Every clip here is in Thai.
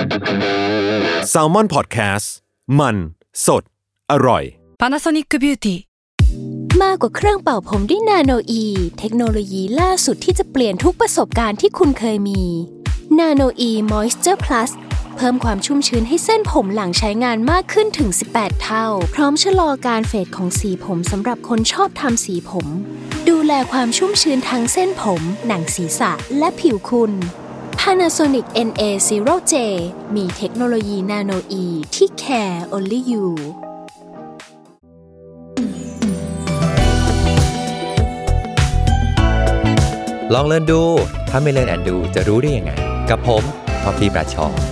Salmon Podcast มันสดอร่อย Panasonic Beauty มากกว่าเครื่องเป่าผมด้วยนาโนอีเทคโนโลยีล่าสุดที่จะเปลี่ยนทุกประสบการณ์ที่คุณเคยมีนาโนอีมอยส์เจอร์พลัสเพิ่มความชุ่มชื้นให้เส้นผมหลังใช้งานมากขึ้นถึง18เท่าพร้อมชะลอการเฟดของสีผมสำหรับคนชอบทำสีผมดูแลความชุ่มชื้นทั้งเส้นผมหนังศีรษะและผิวคุณ Panasonic NA0J มีเทคโนโลยีนาโนอีที่ care only you ลองเล่นดูถ้าไม่เล่นแอนดูจะรู้ได้ยังไงกับผมท็อปปี้ปราชญ์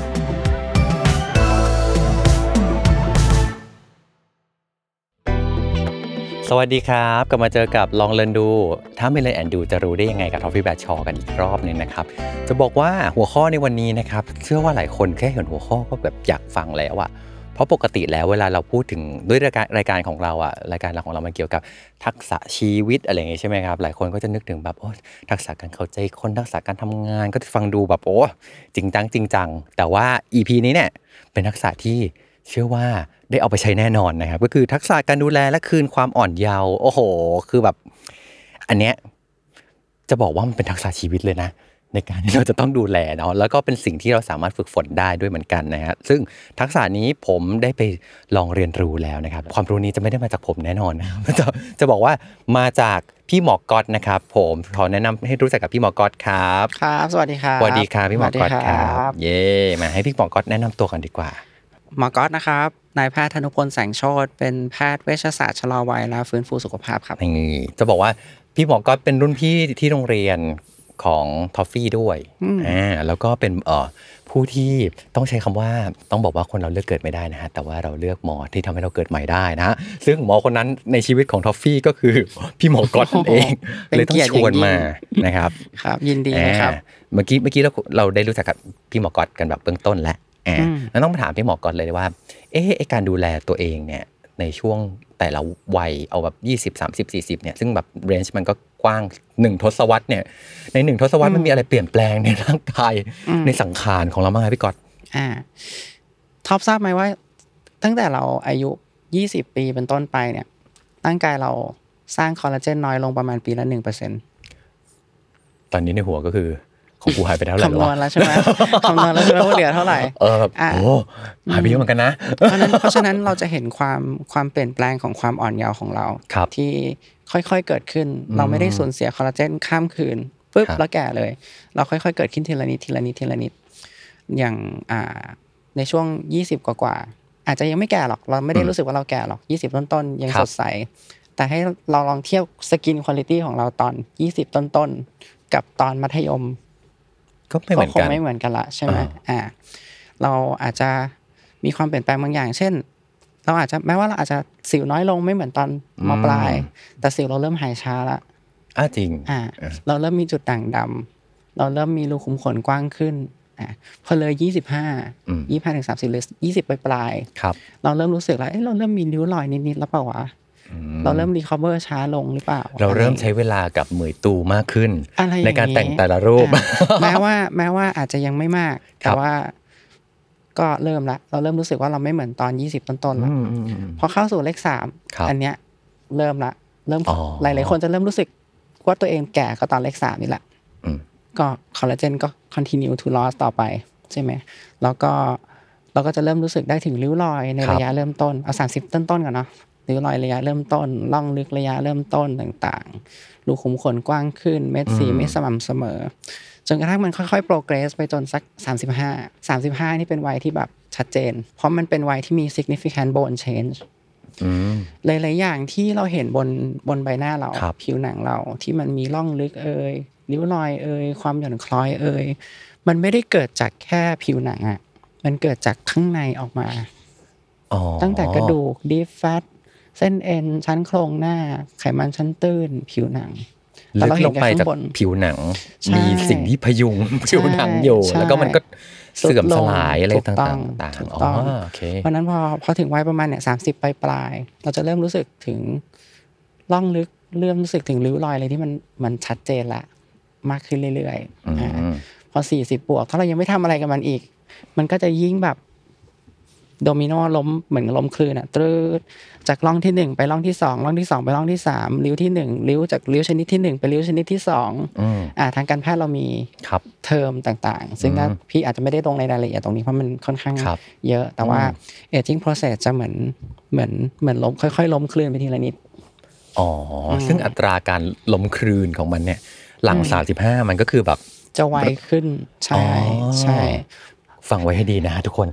สวัสดีครับกลับมาเจอกับลองเล่นดูถ้าไม่เล่นแอนดูจะรู้ได้ยังไงกับท็อปปี้ปราชญ์กันอีกรอบนึงนะครับจะบอกว่าหัวข้อในวันนี้นะครับเชื่อว่าหลายคนแค่เห็นหัวข้อก็แบบอยากฟังแล้วอะเพราะปกติแล้วเวลาเราพูดถึงด้วยรายการของเราอะรายการของเรามันเกี่ยวกับทักษะชีวิตอะไรอย่างงี้ใช่ไหมครับหลายคนก็จะนึกถึงแบบโอ้ทักษะการเข้าใจคนทักษะการทำงานก็จะฟังดูแบบโอ้จริงจังแต่ว่า EP นี้เนี่ยเป็นทักษะที่เชื่อว่าได้เอาไปใช้แน่นอนนะครับก็คือทักษะการดูแลและคืนความอ่อนเยาว์โอ้โหคือแบบอันเนี้ยจะบอกว่ามันเป็นทักษะชีวิตเลยนะในการที่เราจะต้องดูแลเนาะแล้วก็เป็นสิ่งที่เราสามารถฝึกฝนได้ด้วยเหมือนกันนะฮะซึ่งทักษะนี้ผมได้ไปลองเรียนรู้แล้วนะครับความรู้นี้จะไม่ได้มาจากผมแน่นอนนะครับจะบอกว่ามาจากพี่หมอก๊อตนะครับผมขอแนะนำให้รู้จักกับพี่หมอก๊อตครับครับสวัสดีครับสวัสดีครับพี่หมอก๊อตครับเย่มาให้พี่หมอก๊อตแนะนำตัวกันดีกว่าหมอก๊อตนะครับนายแพทย์ธนุพลแสงโชติเป็นแพทย์เวชศาสตร์ชะลอวัยและฟื้นฟูสุขภาพครับนี่จะบอกว่าพี่หมอก๊อตเป็นรุ่นพี่ที่โรงเรียนของทอฟฟี่ด้วยแล้วก็เป็นผู้ที่ต้องใช้คำว่าต้องบอกว่าคนเราเลือกเกิดไม่ได้นะฮะแต่ว่าเราเลือกหมอที่ทำให้เราเกิดใหม่ได้นะซึ่งหมอคนนั้นในชีวิตของทอฟฟี่ก็คือพี่หมอก๊อตนั่นเองเลยต้องชวนมานะครับครับยินดีนะครับเมื่อกี้เราได้รู้จักกับพี่หมอก๊อตกันแบบเบื้องต้นแล้วแล้วต้องมาถามพี่หมอก๊อตเลยว่าการดูแลตัวเองเนี่ยในช่วงแต่ละวัยเอาแบบ20 30 40เนี่ยซึ่งแบบเรนจ์มันก็กว้าง1ทศวรรษเนี่ยใน1ทศวรรษมันมีอะไรเปลี่ยนแปลงในร่างกายในสังขารของเราบ้างครับพี่ก๊อตท็อปทราบไหมว่าตั้งแต่เราอายุ20ปีเป็นต้นไปเนี่ยร่างกายเราสร้างคอลลาเจนน้อยลงประมาณปีละ 1% ตอนนี้ในหัวก็คือของกูหายไปเท่าไหร่คำนวณแล้วใช่ไหมคำนวณแล้วใช่ไหมว่าเหลือเท่าไหร่แบบโอ้หายไปเยอะเหมือนกันนะเพราะฉะนั้นเราจะเห็นความเปลี่ยนแปลงของความอ่อนเยาว์ของเราที่ค่อยๆเกิดขึ้นเราไม่ได้สูญเสียคอลลาเจนข้ามคืนปึ๊บแล้วแก่เลยเราค่อยๆเกิดขึ้นทีละนิดอย่างในช่วง20กว่าอาจจะยังไม่แก่หรอกเราไม่ได้รู้สึกว่าเราแก่หรอก20ต้นๆยังสดใสแต่ให้เราลองเทียบสกินควอลิตี้ของเราตอน20ต้นๆกับตอนมัธยมก็ไม่เหมือนกันไม่เหมือนกันละใช่ไหมเราอาจจะมีความเปลี่ยนแปลงบางอย่างเช่นเราอาจจะแม้ว่าเราอาจจะสิวน้อยลงไม่เหมือนตอนม.ปลายแต่สิวเราเริ่มหายช้าละจริงเราเริ่มมีจุดด่างดำเราเริ่มมีรูขุมขนกว้างขึ้นพอเลย25ถึง30หรือ20ปลายครับเราเริ่มรู้สึกแล้วเราเริ่มมีริ้วรอยนิดๆแล้วเปล่าวะเราเริ่มรีคอเวอร์ช้าลงหรือเปล่าเราเริ่มใช้เวลากับเหมยตูมากขึ้นในการแต่งแต่ละรูปแม้ว่าอาจจะยังไม่มากแต่ว่าก็เริ่มละเราเริ่มรู้สึกว่าเราไม่เหมือนตอน20ต้นๆแล้วพอเข้าสู่เลข3อันเนี้ยเริ่มหลายๆคนจะเริ่มรู้สึกว่าตัวเองแก่ก็ตอนเลข3นี่แหละก็คอลลาเจนก็ continue to loss ต่อไปใช่ไหมแล้วก็เราก็จะเริ่มรู้สึกได้ถึงริ้วรอยในระยะเริ่มต้นเอา30ต้นๆก่อนเนาะริ้วรอยระยะเริ่มต้นร่องลึกระยะเริ่มต้นต่างๆรูขุมขนกว้างขึ้นเม็ดสีไม่สม่ำเสมอจนกระทั่งมันค่อยๆ progress ไปจนสัก35นี่เป็นวัยที่แบบชัดเจนเพราะมันเป็นวัยที่มี significant bone change หลายๆอย่างที่เราเห็นบนใบหน้าเราผิวหนังเราที่มันมีร่องลึกริ้วรอยความหย่อนคล้อยมันไม่ได้เกิดจากแค่ผิวหนังอ่ะมันเกิดจากข้างในออกมาตั้งแต่กระดูก deep fat เส้นเอ็นชั้นโครงหน้าไขมันชั้นตื้นผิวหนังลึกลงไปจากผิวหนังมีสิ่งที่พยุงผิวหนังอยู่แล้วก็มันก็เสื่อมสลายอะไรต่างๆโอเคเพราะนั้นพอถึงวัยประมาณเนี่ย30ปลายเราจะเริ่มรู้สึกถึงร่องลึกเริ่มรู้สึกถึงริ้วรอยอะไรที่มันชัดเจนละมากขึ้นเรื่อยๆพอ40บวกถ้าเรายังไม่ทำอะไรกับมันอีกมันก็จะยิ่งแบบโดมิโนล้มเหมือนล้มคลื่นอ่ะตรึดจากร่องที่1ไปร่องที่2ร่องที่2ไปร่องที่3ริ้วที่1ริ้วจากริ้วชนิดที่1ไปริ้วชนิดที่2ทางการแพทย์เรามีเทอมต่างๆซึ่งพี่อาจจะไม่ได้ลงในรายละเอียดตรงนี้เพราะมันค่อนข้างเยอะแต่ว่า aging process จะเหมือนล้มค่อยๆล้มคลื่นไปทีละนิดซึ่งอัตราการล้มคลื่นของมันเนี่ยหลัง35มันก็คือแบบจะไวขึ้นใช่ฟังไว้ให้ดีนะทุกคน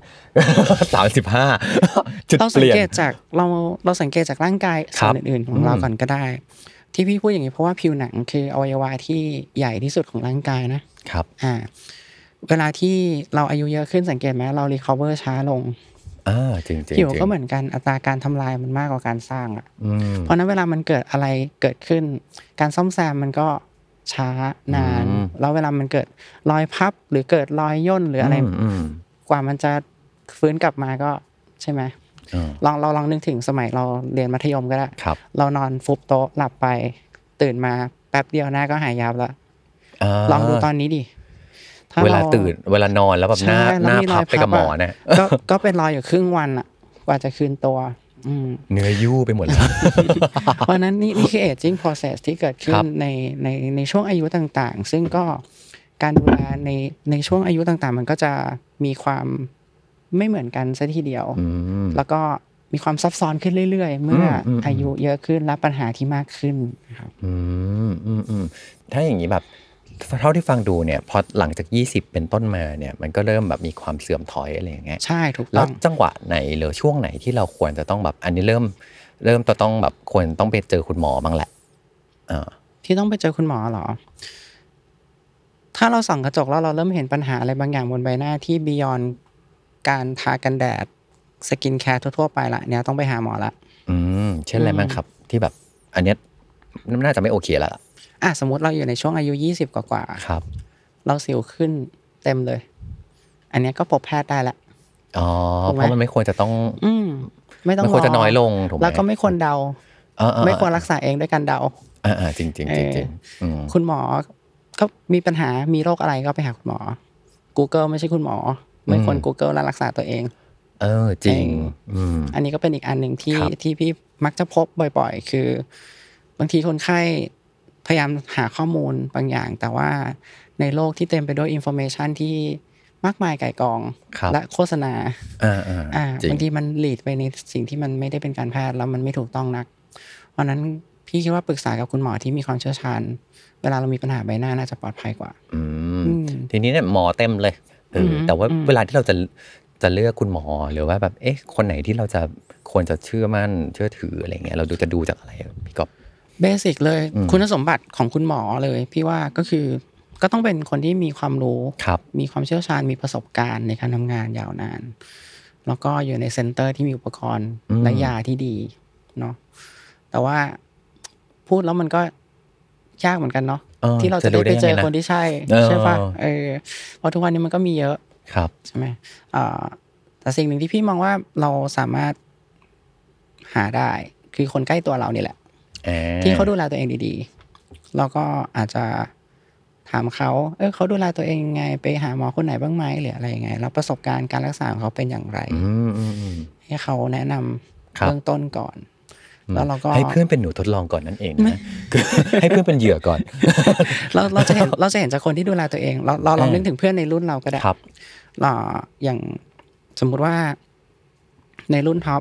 35จุดเราเปลี่ยนเราสังเกตจากร่างกายส่วนอื่นๆของเราก่อนก็ได้ที่พี่พูดอย่างนี้เพราะว่าผิวหนังคืออวัยวะที่ใหญ่ที่สุดของร่างกายนะครับเวลาที่เราอายุเยอะขึ้นสังเกตไหมเรา recover ช้าลงจริงผิวก็เหมือนกันอัตราการทำลายมันมากกว่าการสร้างเพราะนั้นเวลามันเกิดอะไรเกิดขึ้นการซ่อมแซมมันก็ช้านานแล้วเวลามันเกิดรอยพับหรือเกิดรอยย่นหรืออะไรกว่ามันจะฟื้นกลับมาก็ใช่ไหมเราลองนึกถึงสมัยเราเรียนมัธยมก็ได้เรานอนฟุบโต๊ะหลับไปตื่นมาแป๊บเดียวหน้าก็หายยับแล้วลองดูตอนนี้ดิเวลาตื่นเวลานอนแล้วแบบหน้าพับไปกับหมอเนี่ยก็เป็นรอยอยู่ครึ่งวันอ่ะกว่าจะคืนตัวเนื้อยู่ไปหมดแล้วเพราะนั้นนี่คือ aging process ที่เกิดขึ้นในช่วงอายุต่างๆซึ่งก็การดูแลในช่วงอายุต่างๆมันก็จะมีความไม่เหมือนกันซะทีเดียวแล้วก็มีความซับซ้อนขึ้นเรื่อยๆเมื่ออายุเยอะขึ้นและปัญหาที่มากขึ้นครับถ้าอย่างนี้แบบเท่าที่ฟังดูเนี่ยพอหลังจาก20เป็นต้นมาเนี่ยมันก็เริ่มแบบมีความเสื่อมถอยอะไรอย่างเงี้ยใช่ถูกต้องแล้วจังหวะไหนหรือช่วงไหนที่เราควรจะต้องแบบอันนี้เริ่มต้องแบบควรต้องไปเจอคุณหมอบ้างแหละที่ต้องไปเจอคุณหมอเหรอถ้าเราส่องกระจกแล้วเราเริ่มเห็นปัญหาอะไรบางอย่างบนใบหน้าที่ beyond การทากันแดดสกินแคร์ทั่วๆไปละเนี่ยต้องไปหาหมอละเช่นอะไรบ้างครับที่แบบอันเนี้ยน่าจะไม่โอเคแล้วสมมติเราอยู่ในช่วงอายุ20กว่าๆครับเราสิวขึ้นเต็มเลยอันนี้ก็พบแพทย์ได้ละเพราะมันไม่ควรจะต้องไม่ต้องควรจะน้อยลงถูกไหมแล้วก็ไม่ควรเดาไม่ควรรักษาเองด้วยการเดาจริงๆคุณหมอก็มีปัญหามีโรคอะไรก็ไปหาคุณหมอ Google ไม่ใช่คุณหมอไม่ควร Google แล้วรักษาตัวเองจริงอันนี้ก็เป็นอีกอันหนึ่งที่พี่มักจะพบบ่อยๆคือบางทีคนไข้พยายามหาข้อมูลบางอย่างแต่ว่าในโลกที่เต็มไปด้วยอินโฟเมชันที่มากมายไก่กองและโฆษณาบางทีมันลีดไปในสิ่งที่มันไม่ได้เป็นการแพทย์แล้วมันไม่ถูกต้องนักเพราะนั้นพี่คิดว่าปรึกษากับคุณหมอที่มีความเชี่ยวชาญเวลาเรามีปัญหาใบหน้าน่าจะปลอดภัยกว่าทีนี้เนี่ยหมอเต็มเลยแต่ว่าเวลาที่เราจะเลือกคุณหมอหรือว่าแบบคนไหนที่เราจะควรจะเชื่อมั่นเชื่อถืออะไรเงี้ยเราจะดูจากอะไรพี่ก๊อฟเบสิกเลยคุณสมบัติของคุณหมอเลยพี่ว่าก็คือก็ต้องเป็นคนที่มีความรู้มีความเชี่ยวชาญมีประสบการณ์ในการทำงานยาวนานแล้วก็อยู่ในเซ็นเตอร์ที่มีอุปกรณ์และยาที่ดีเนาะแต่ว่าพูดแล้วมันก็ยากเหมือนกันเนาะที่เราจะได้ไปเจอคนที่ใช่ป่ะเพราะทุกวันนี้มันก็มีเยอะใช่ไหมแต่สิ่งหนึ่งที่พี่มองว่าเราสามารถหาได้คือคนใกล้ตัวเรานี่แหละที่เขาดูแลตัวเองดีๆแล้วก็อาจจะถามเขาเขาดูแลตัวเองยังไงไปหาหมอคนไหนบ้างไหมหรืออะไรยังไงแล้วประสบการณ์การรักษาของเขาเป็นอย่างไรให้เขาแนะนำเบื้องต้นก่อนแล้วเราก็ให้เพื่อนเป็นหนูทดลองก่อนนั่นเองนะให้เพื่อนเป็นเหยื่อก่อนเราจะเห็นจากคนที่ดูแลตัวเองเราลองนึกถึงเพื่อนในรุ่นเราก็ได้อย่างสมมุติว่าในรุ่นท็อป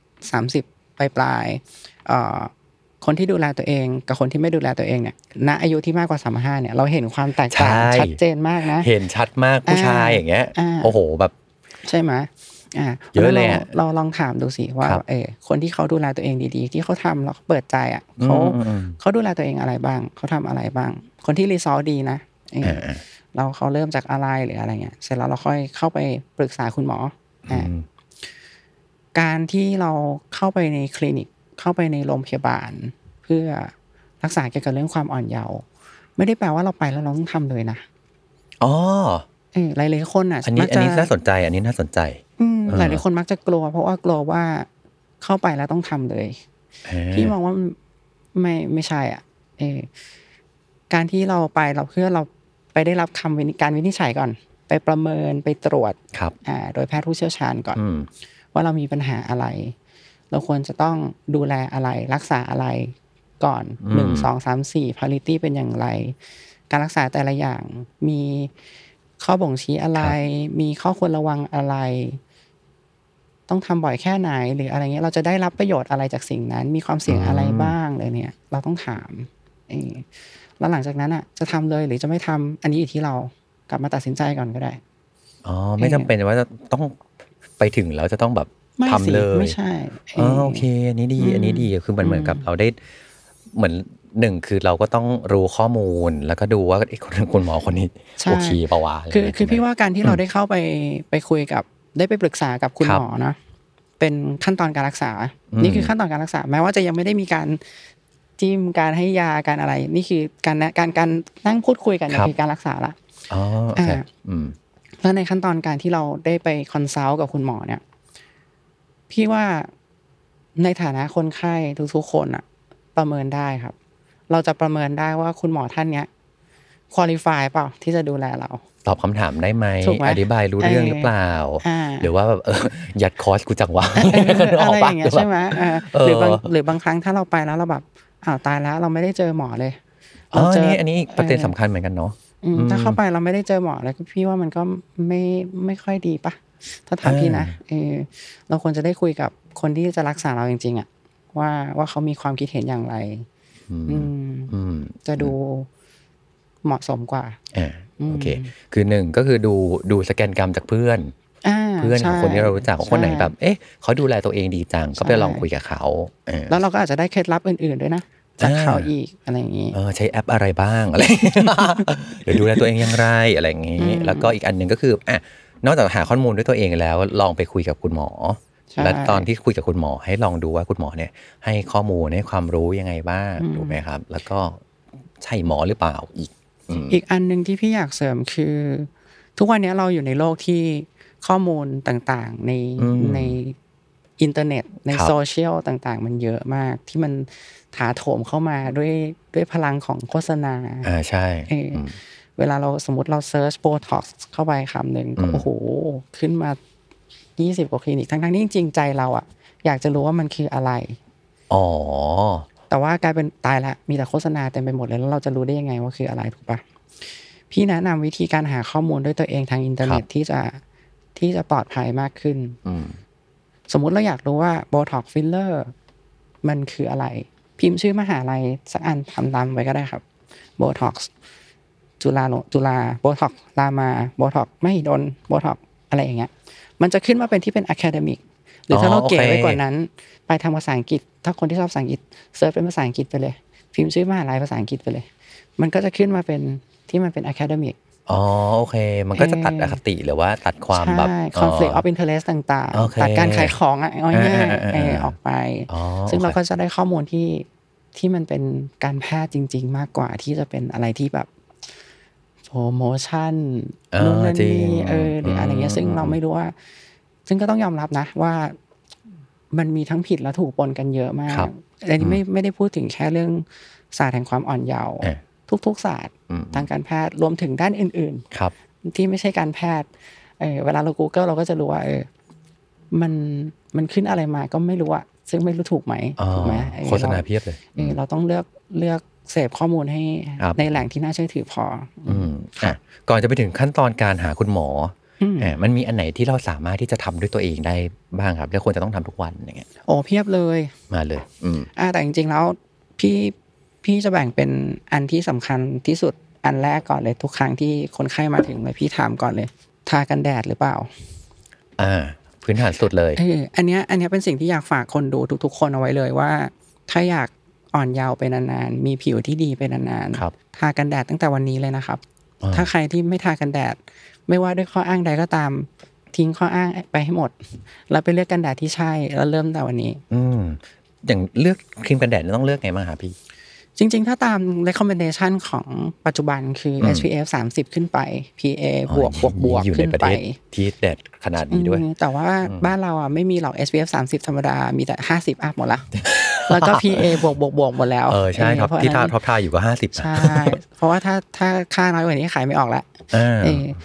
30ปลายคนที่ดูแลตัวเองกับคนที่ไม่ดูแลตัวเองเนี่ยณอายุที่มากกว่า35เนี่ยเราเห็นความแตกต่างชัดเจนมากนะเห็นชัดมากผู้ชายอย่างเงี้ยโอ้โหแบบใช่ไหมเยอะเลยเราลองถามดูสิว่าคนที่เขาดูแลตัวเองดีๆที่เขาทำแล้วเขาเปิดใจเขาดูแลตัวเองอะไรบ้างเขาทำอะไรบ้างคนที่รีซอสดีนะเขาเริ่มจากอะไรหรืออะไรเงี้ยเสร็จแล้วเราค่อยเข้าไปปรึกษาคุณหมอการที่เราเข้าไปในคลินิกเข้าไปในโรงพยาบาลเพื่อรักษาเกี่ยวกับเรื่องความอ่อนเยาว์ไม่ได้แปลว่าเราไปแล้วเราต้องทำเลยนะหลายๆคนอันนี้น่าสนใจหลายๆคนมักจะกลัวเพราะว่ากลัวว่าเข้าไปแล้วต้องทำเลยพี่มองว่าไม่ใช่การที่เราไปเราเพื่อเราไปได้รับการวินิจฉัยก่อนไปประเมินไปตรวจโดยแพทย์ผู้เชี่ยวชาญก่อนว่าเรามีปัญหาอะไรเราควรจะต้องดูแลอะไรรักษาอะไรก่อน1 2 3 4 priority เป็นอย่างไรการรักษาแต่ละอย่างมีข้อบ่งชี้อะไรมีข้อควรระวังอะไรต้องทำบ่อยแค่ไหนหรืออะไรเงี้ยเราจะได้รับประโยชน์อะไรจากสิ่งนั้นมีความเสี่ยงอะไรบ้างเลยเนี่ยเราต้องถามแล้วหลังจากนั้นอ่ะจะทำเลยหรือจะไม่ทำอันนี้อยู่ที่เรากลับมาตัดสินใจก่อนก็ได้ไม่จำเป็นว่าจะต้องไปถึงแล้วจะต้องแบบทำเลยไม่ใช่โอเคอันนี้ดีคือเหมือนกับเราได้เหมือน1คือเราก็ต้องรู้ข้อมูลแล้วก็ดูว่าคุณหมอคนนี้โอเคป่าววะคือพี่ว่าการที่เราได้เข้าไปคุยกับได้ไปปรึกษากับคุณหมอนะเป็นขั้นตอนการรักษานี่คือขั้นตอนการรักษาแม้ว่าจะยังไม่ได้มีการจิ้มการให้ยาการอะไรนี่คือการนั่งพูดคุยกันคือการรักษาละแล้วในขั้นตอนการที่เราได้ไปคอนซัลท์กับคุณหมอเนี่ยพี่ว่าในฐานะคนไข้ทุกๆคนอะประเมินได้ครับเราจะประเมินได้ว่าคุณหมอท่านเนี้ยควอลิฟายเปล่าที่จะดูแลเราตอบคำถามได้ไหมอธิบายรู้เรื่องหรือเปล่าหรือว่าแบบยัดคอร์สกูจังวะอะไรอย่างเงี้ยใช่ไหมหรือบางครั้งถ้าเราไปแล้วเราแบบตายแล้วเราไม่ได้เจอหมอเลยอันนี้ประเด็นสำคัญเหมือนกันเนาะถ้าเข้าไปเราไม่ได้เจอหมอเลยพี่ว่ามันก็ไม่ค่อยดีปะถ้าถามพี่นะเราควรจะได้คุยกับคนที่จะรักษาเราจริงๆอ่ะว่าเขามีความคิดเห็นอย่างไรจะดูเหมาะสมกว่าโอเคคือ1ก็คือดูสแกนกรรมจากเพื่อนของคนที่เรารู้จักคนไหนแบบเขาดูแลตัวเองดีจังก็ไปลองคุยกับเขาแล้วเราก็อาจจะได้เคล็ดลับอื่นๆด้วยนะจากเขาอีกอะไรอย่างนี้ใช้แอปอะไรบ้างอะไรหรือดูแลตัวเองอย่างไรอะไรอย่างนี้แล้วก็อีกอันนึงก็คือนอกจากหาข้อมูลด้วยตัวเองแล้วลองไปคุยกับคุณหมอและตอนที่คุยกับคุณหมอให้ลองดูว่าคุณหมอเนี่ยให้ข้อมูลให้ความรู้ยังไงบ้างถูกไหมครับแล้วก็ใช่หมอหรือเปล่าอีกอันนึงที่พี่อยากเสริมคือทุกวันนี้เราอยู่ในโลกที่ข้อมูลต่างๆในอินเทอร์เน็ตในโซเชียลต่างๆมันเยอะมากที่มันถาโถมเข้ามาด้วยพลังของโฆษณาใช่เวลาเราสมมติเราเซิร์ชโบท็อกซ์เข้าไปคำหนึ่งก็โอ้โหขึ้นมา20 กว่าคลินิกทั้งที่จริงๆใจเราอ่ะอยากจะรู้ว่ามันคืออะไรแต่ว่ากลายเป็นตายละมีแต่โฆษณาเต็มไปหมดเลยแล้วเราจะรู้ได้ยังไงว่าคืออะไรถูกปะพี่แนะนำวิธีการหาข้อมูลด้วยตัวเองทางอินเทอร์เน็ตที่จะปลอดภัยมากขึ้นสมมุติเราอยากรู้ว่าโบท็อกซ์ฟิลเลอร์มันคืออะไรพิมพ์ชื่อมหาลัยสักอันทำตามไว้ก็ได้ครับโบท็อกซ์จุฬาโบท็อกซ์รามาโบท็อกซ์มหิดลโบท็อกซ์อะไรอย่างเงี้ยมันจะขึ้นมาเป็นที่เป็น academic หรือถ้าเราเก๋ไว้กว่านั้นไปทางภาษาอังกฤษถ้าคนที่ชอบภาษาอังกฤษเซิร์ชเป็นภาษาอังกฤษไปเลยพิมพ์ชื่อมหาลัยภาษาอังกฤษไปเลยมันก็จะขึ้นมาเป็นที่มันเป็น academic โอเคมันก็จะตัดอคติหรือว่าตัดความแบบ conflict of interest ต่างๆตัดการขายของเอาง่ายๆออกไปซึ่งเราก็จะได้ข้อมูลที่มันเป็นการแพทย์จริงๆมากกว่าที่จะเป็นอะไรที่แบบโปรโมชั่นนู่นนั่นนี่หรืออะไรเงี้ยซึ่งเราไม่รู้ว่าซึ่งก็ต้องยอมรับนะว่ามันมีทั้งผิดและถูกปนกันเยอะมากอันนี้ไม่ได้พูดถึงแค่เรื่องศาสตร์แห่งความอ่อนเยาว์ทุกศาสตร์ทางการแพทย์รวมถึงด้านอื่นๆที่ไม่ใช่การแพทย์เวลาเรา Google เราก็จะรู้ว่ามันขึ้นอะไรมาก็ไม่รู้อะซึ่งไม่รู้ถูกไหมถูกไหมโฆษณาเพียบเลยเราต้องเลือกเสพข้อมูลให้ในแหล่งที่น่าเชื่อถือพอก่อนจะไปถึงขั้นตอนการหาคุณหมอมันมีอันไหนที่เราสามารถที่จะทำด้วยตัวเองได้บ้างครับแล้วควรจะต้องทำทุกวันอย่างเงี้ยโอ้เพียบเลยมาเลยแต่จริงๆแล้วพี่จะแบ่งเป็นอันที่สำคัญที่สุดอันแรกก่อนเลยทุกครั้งที่คนไข้มาถึงเลยพี่ถามก่อนเลยทากันแดดหรือเปล่าพื้นฐานสุดเลยอันเนี้ยเป็นสิ่งที่อยากฝากคนดูทุกๆคนเอาไว้เลยว่าถ้าอยากอ่อนเยาว์ไปนานๆมีผิวที่ดีไปนานๆทากันแดดตั้งแต่วันนี้เลยนะครับถ้าใครที่ไม่ทากันแดดไม่ว่าด้วยข้ออ้างใดก็ตามทิ้งข้ออ้างไปให้หมดแล้วไปเลือกกันแดดที่ใช่แล้วเริ่มแต่วันนี้อย่างเลือกครีมกันแดดต้องเลือกไงบ้างครับพี่จริงๆถ้าตาม recommendation ของปัจจุบันคือ SPF 30ขึ้นไป PA บวกขึ้นไปที่แดดขนาดนี้ด้วยแต่ว่าบ้านเราอ่ะไม่มีหรอก SPF 30ธรรมดามีแต่50อัพหมดละแล้วก็ PA บวกหมดแล้วใช่ครับที่ท็อปทาอยู่ก็50 ใช่เพราะว่าถ้าค่าน้อยกว่านี้ขายไม่ออกแล้ว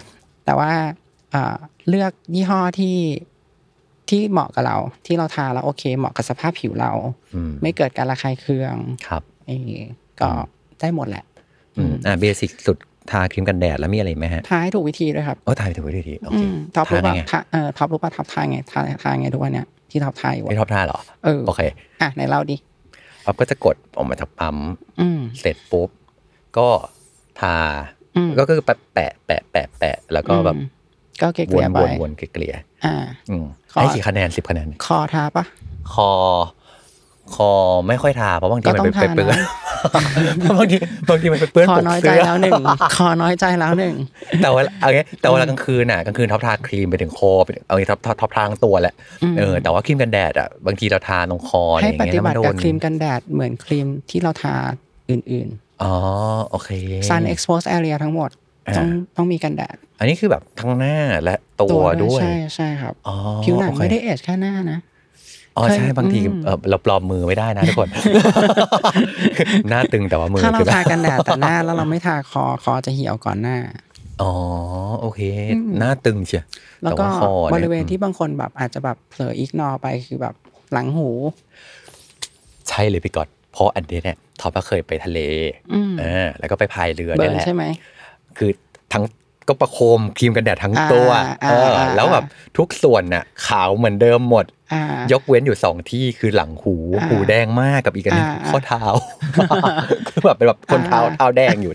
แต่ว่าเลือกยี่ห้อที่เหมาะกับเราที่เราทาแล้วโอเคเหมาะกับสภาพผิวเราไม่เกิดการระคายเคืองครับก็ได้หมดแหละเบสิกสุดทาครีมกันแดดแล้วมีอะไรไหมฮะทาให้ถูกวิธีด้วยครับทาให้ถูกวิธีโอเคท็อปรู้ป่ะท็อปรู้ป่ะท็อปทาไงทาไงทุกวันเนี้ยที่ท็อปทาอยู่ที่ท็อปทาเหรอโอเคไหนเล่าดิท็อปก็จะกดออกมาจากปั๊มเสร็จปุ๊บก็ทาก็คือแปะแล้วก็แบบก็เกลี่ยไปวนๆเกลี่ยให้กี่คะแนน10คะแนนคอทาปะคอไม่ค่อยทาเพราะบางทีมันไปเปื้อนบางทีมันไปเปื้อนปกเสื้อคอน้อยใจแล้วหนึ่งแต่ว่าแต่ว่ากลางคืนท็อปทาครีมไปถึงคอไปเอางี้ท็อปทาทั้งตัวแหละแต่ว่าครีมกันแดดอ่ะบางทีเราทาตรงคออะไรอย่างเงี้ยให้ปฏิบัติกับครีมกันแดดเหมือนครีมที่เราทาอื่นโอเค sun exposed area ทั้งหมดต้องมีกันแดดอันนี้คือแบบทั้งหน้าและตัวด้วยใช่ครับผิวหนังไม่ได้เอจแค่หน้านะใช่บางทีเราปลอมมือไม่ได้นะทุกคนหน้าตึงแต่ว่ามือถ้าเราทากันแดดแต่หน้าแล้วเราไม่ทาคอจะเหี่ยวก่อนหน้าโอเคหน้าตึงเชียวแล้วก็บริเวณที่บางคนแบบอาจจะแบบเผลออิกนอร์ไปคือแบบหลังหูใช่เลยพี่ก๊อตเพราะอันนี้เนี่ยท็อปก็เคยไปทะเลแล้วก็ไปพายเรือนี่แหละใช่ไหมคือทั้งก็ประโคมครีมกันแดดทั้งตัวแล้วแบบทุกส่วนน่ะขาวเหมือนเดิมหมดยกเว้นอยู่2ที่คือหลังหูแดงมากกับอีกอันนึงข้อเท้าคือแบบเป็นแบบคนเท้าแดงอยู่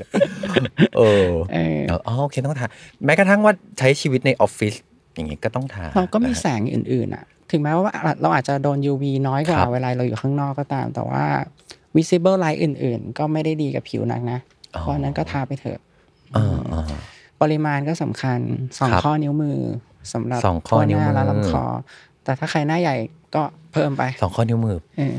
โอเคต้องทาแม้กระทั่งว่าใช้ชีวิตในออฟฟิศอย่างงี้ก็ต้องทาเราก็มีแสงอื่นๆอ่ะถึงแม้ว่าเราอาจจะโดน UV น้อยกว่าเวลาเราอยู่ข้างนอกก็ตามแต่ว่า visible light อื่นๆก็ไม่ได้ดีกับผิวนักนะเพราะนั้นก็ทาไปเถอะปริมาณก็สำคัญ2ข้อนิ้วมือสำหรับข้อนิ้วมือและลำคอแต่ถ้าใครหน้าใหญ่ก็เพิ่มไป 2ข้อนิ้วมือ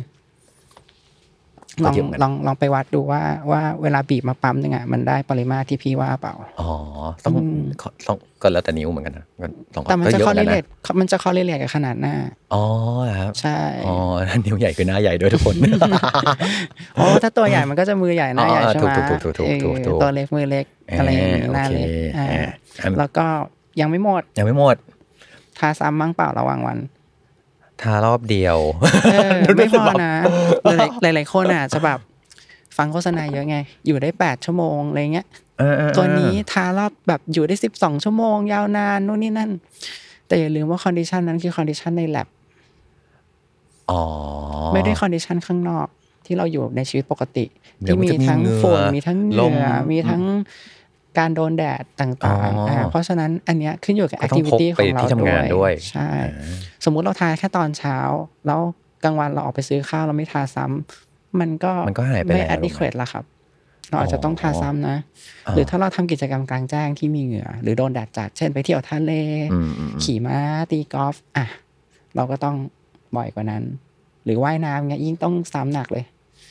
ลองไปวัดดูว่าเวลาบีบมาปั๊มนึงอ่ะมันได้ปริมาตรที่พี่ว่าเปล่าต้องก็แล้วแต่นิ้วเหมือนกันนะแต่มันจะคอลิเลตกับขนาดหน้าครับใช่นิ้วใหญ่คือหน้าใหญ่ด้วยทุกคนถ้าตัวใหญ่มันก็จะมือใหญ่หน้าใหญ่ใช่ไหมตัวเล็กมือเล็กอะไรอย่างนี้หน้าเล็กแล้วก็ยังไม่หมดทาซ้ำมั้งเปล่าระหว่างวันทารอบเดียวไม่พอนะหลายๆคนอ่ะจะแบบฟังโฆษณาเยอะไงอยู่ได้8ชั่วโมงอะไรเงี้ยตัวนี้ทารอบแบบอยู่ได้12ชั่วโมงยาวนานนู่นนี่นั่นแต่อย่าลืมว่าคอนดิชันนั้นคือคอนดิชันใน lab ไม่ได้คอนดิชันข้างนอกที่เราอยู่ในชีวิตปกติที่มีทั้งฝุ่นมีทั้งเหงื่อมีทั้งการโดนแดดต่างๆเพราะฉะนั้นอันเนี้ยขึ้นอยู่กับแอคทิวิตี้ของเราด้วยใช่สมมุติเราทาแค่ตอนเช้าแล้วกลางวันเราออกไปซื้อข้าวเราไม่ทาซ้ำมันก็หายไปไม่ adequate ละครับเราอาจจะต้องทาซ้ำนะหรือถ้าเราทำกิจกรรมกลางแจ้งที่มีเหงื่อหรือโดนแดดจัดเช่นไปเที่ยวทะเลขี่ม้าตีกอล์ฟเราก็ต้องบ่อยกว่านั้นหรือว่ายน้ำเงี้ยยิ่งต้องซ้ำหนักเลย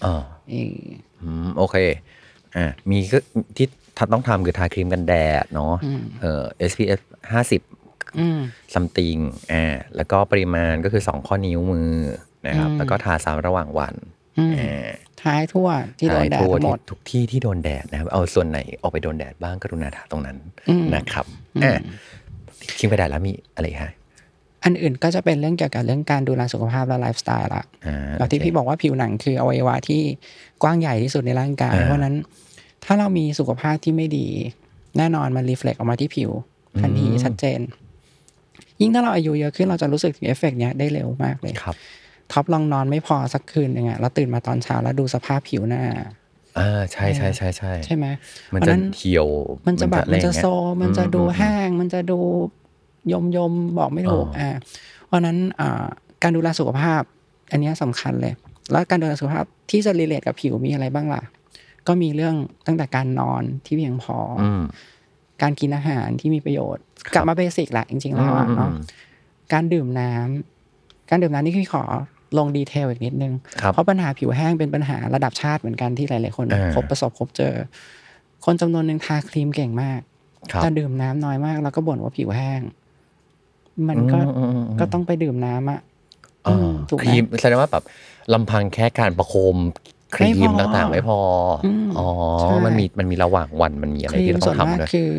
โอเคมีก็ที่ต้องทำคือทาครีมกันแดดเนาะSPF 50 something แล้วก็ปริมาณก็คือ2ข้อนิ้วมือนะครับแล้วก็ทาซ้ำระหว่างวันทาทั่วที่โดนแดดทั้งหมดทุกที่ที่โดนแดดนะครับเอาส่วนไหนออกไปโดนแดดบ้างกรุณาทาตรงนั้นนะครับครีมกันแดดแล้วมีอะไรฮะอันอื่นก็จะเป็นเรื่องเกี่ยวกับเรื่องการดูแลสุขภาพและไลฟ์สไตล์ละแล้วที่พี่บอกว่าผิวหนังคืออวัยวะที่กว้างใหญ่ที่สุดในร่างกายเพราะนั้นถ้าเรามีสุขภาพที่ไม่ดีแน่นอนมันรีเฟล็กออกมาที่ผิวทันทีชัดเจนยิ่งถ้าเราอายุเยอะขึ้นเราจะรู้สึกถึงเอฟเฟกต์เนี้ยได้เร็วมากเลยท็อปลองนอนไม่พอสักคืนนึงแล้วตื่นมาตอนเช้าแล้วดูสภาพผิวหน้าใช่ใช่ไหมมันจะเหี่ยวมันจะแบบมันจะโซมันจะดูแห้งมันจะดูยมบอกไม่ถูกเพราะนั้นการดูแลสุขภาพอันนี้สำคัญเลยแล้วการดูแลสุขภาพที่จะรีเลทกับผิวมีอะไรบ้างล่ะก็มีเรื่องตั้งแต่การนอนที่เพียงพอการกินอาหารที่มีประโยชน์กลับมาเบสิกแหละจริงๆแล้วเนาะการดื่มน้ำนี่คือขอลงดีเทลอีกนิดนึงเพราะปัญหาผิวแห้งเป็นปัญหาระดับชาติเหมือนกันที่หลายๆคนพบเจอคนจำนวนนึงทาครีมเก่งมากแต่ดื่มน้ำน้อยมากแล้วก็บ่นว่าผิวแห้งมันก็ต้องไปดื่มน้ำถูกไหมครีมแสดงว่าแบบลำพังแค่การประโคมครีมต่างๆไม่พอมันมีระหว่างวันมันมีอะไรที่ต้องทำด้วยคือ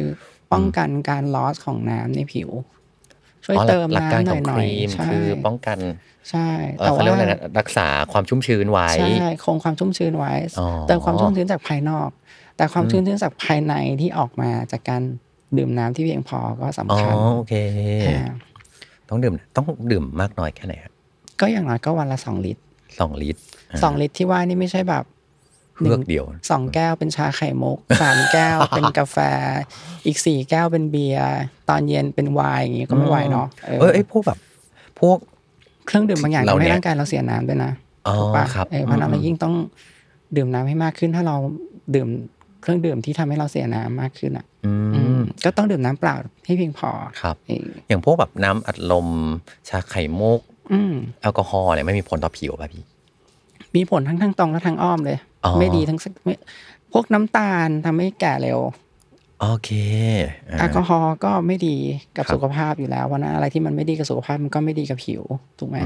ป้องกันการลอสของน้ำในผิวช่วยเติมน้ำหน่อยๆใช่คือป้องกันใช่แต่ว่ารักษาความชุ่มชื้นไว้ใช่คงความชุ่มชื้นไว้เติมความชุ่มชื้นจากภายนอกแต่ความชุ่มชื้นจากภายในที่ออกมาจากการดื่มน้ำที่เพียงพอก็สำคัญโอเคต้องดื่มมากน้อยแค่ไหนครับก็อย่างน้อยก็วันละ2 ลิตร 2 ลิตร 2 ลิตรที่ว่านี่ไม่ใช่แบบเลือกเดียว 2 แก้วเป็นชาไข่มุก3 แก้วเป็นกาแฟอีก4 แก้วเป็นเบียร์ตอนเย็นเป็นไวน์อย่างงี้ก็ไม่ไหวเนาะพวกแบบพวกเครื่องดื่มบางอย่างทำให้ร่างกายเราเสียน้ำด้วยนะถูกป่ะเพราะนั้นเรายิ่งต้องดื่มน้ำให้มากขึ้นถ้าเราดื่มเครื่องดื่มที่ทำให้เราเสียน้ำมากขึ้นก็ต้องดื่มน้ำเปล่าให้เพียงพอครับอย่างพวกแบบน้ำอัดลมชาไข่มุกแอลกอฮอล์เนี่ยไม่มีผลต่อผิวป่ะพี่มีผลทั้งตรงและทางอ้อมเลยไม่ดีทั้งพวกน้ำตาลทำให้แก่เร็วโอเคแอลกอฮอล์ก็ไม่ดีกับสุขภาพอยู่แล้วเพราะนั้นอะไรที่มันไม่ดีกับสุขภาพมันก็ไม่ดีกับผิวถูกไหม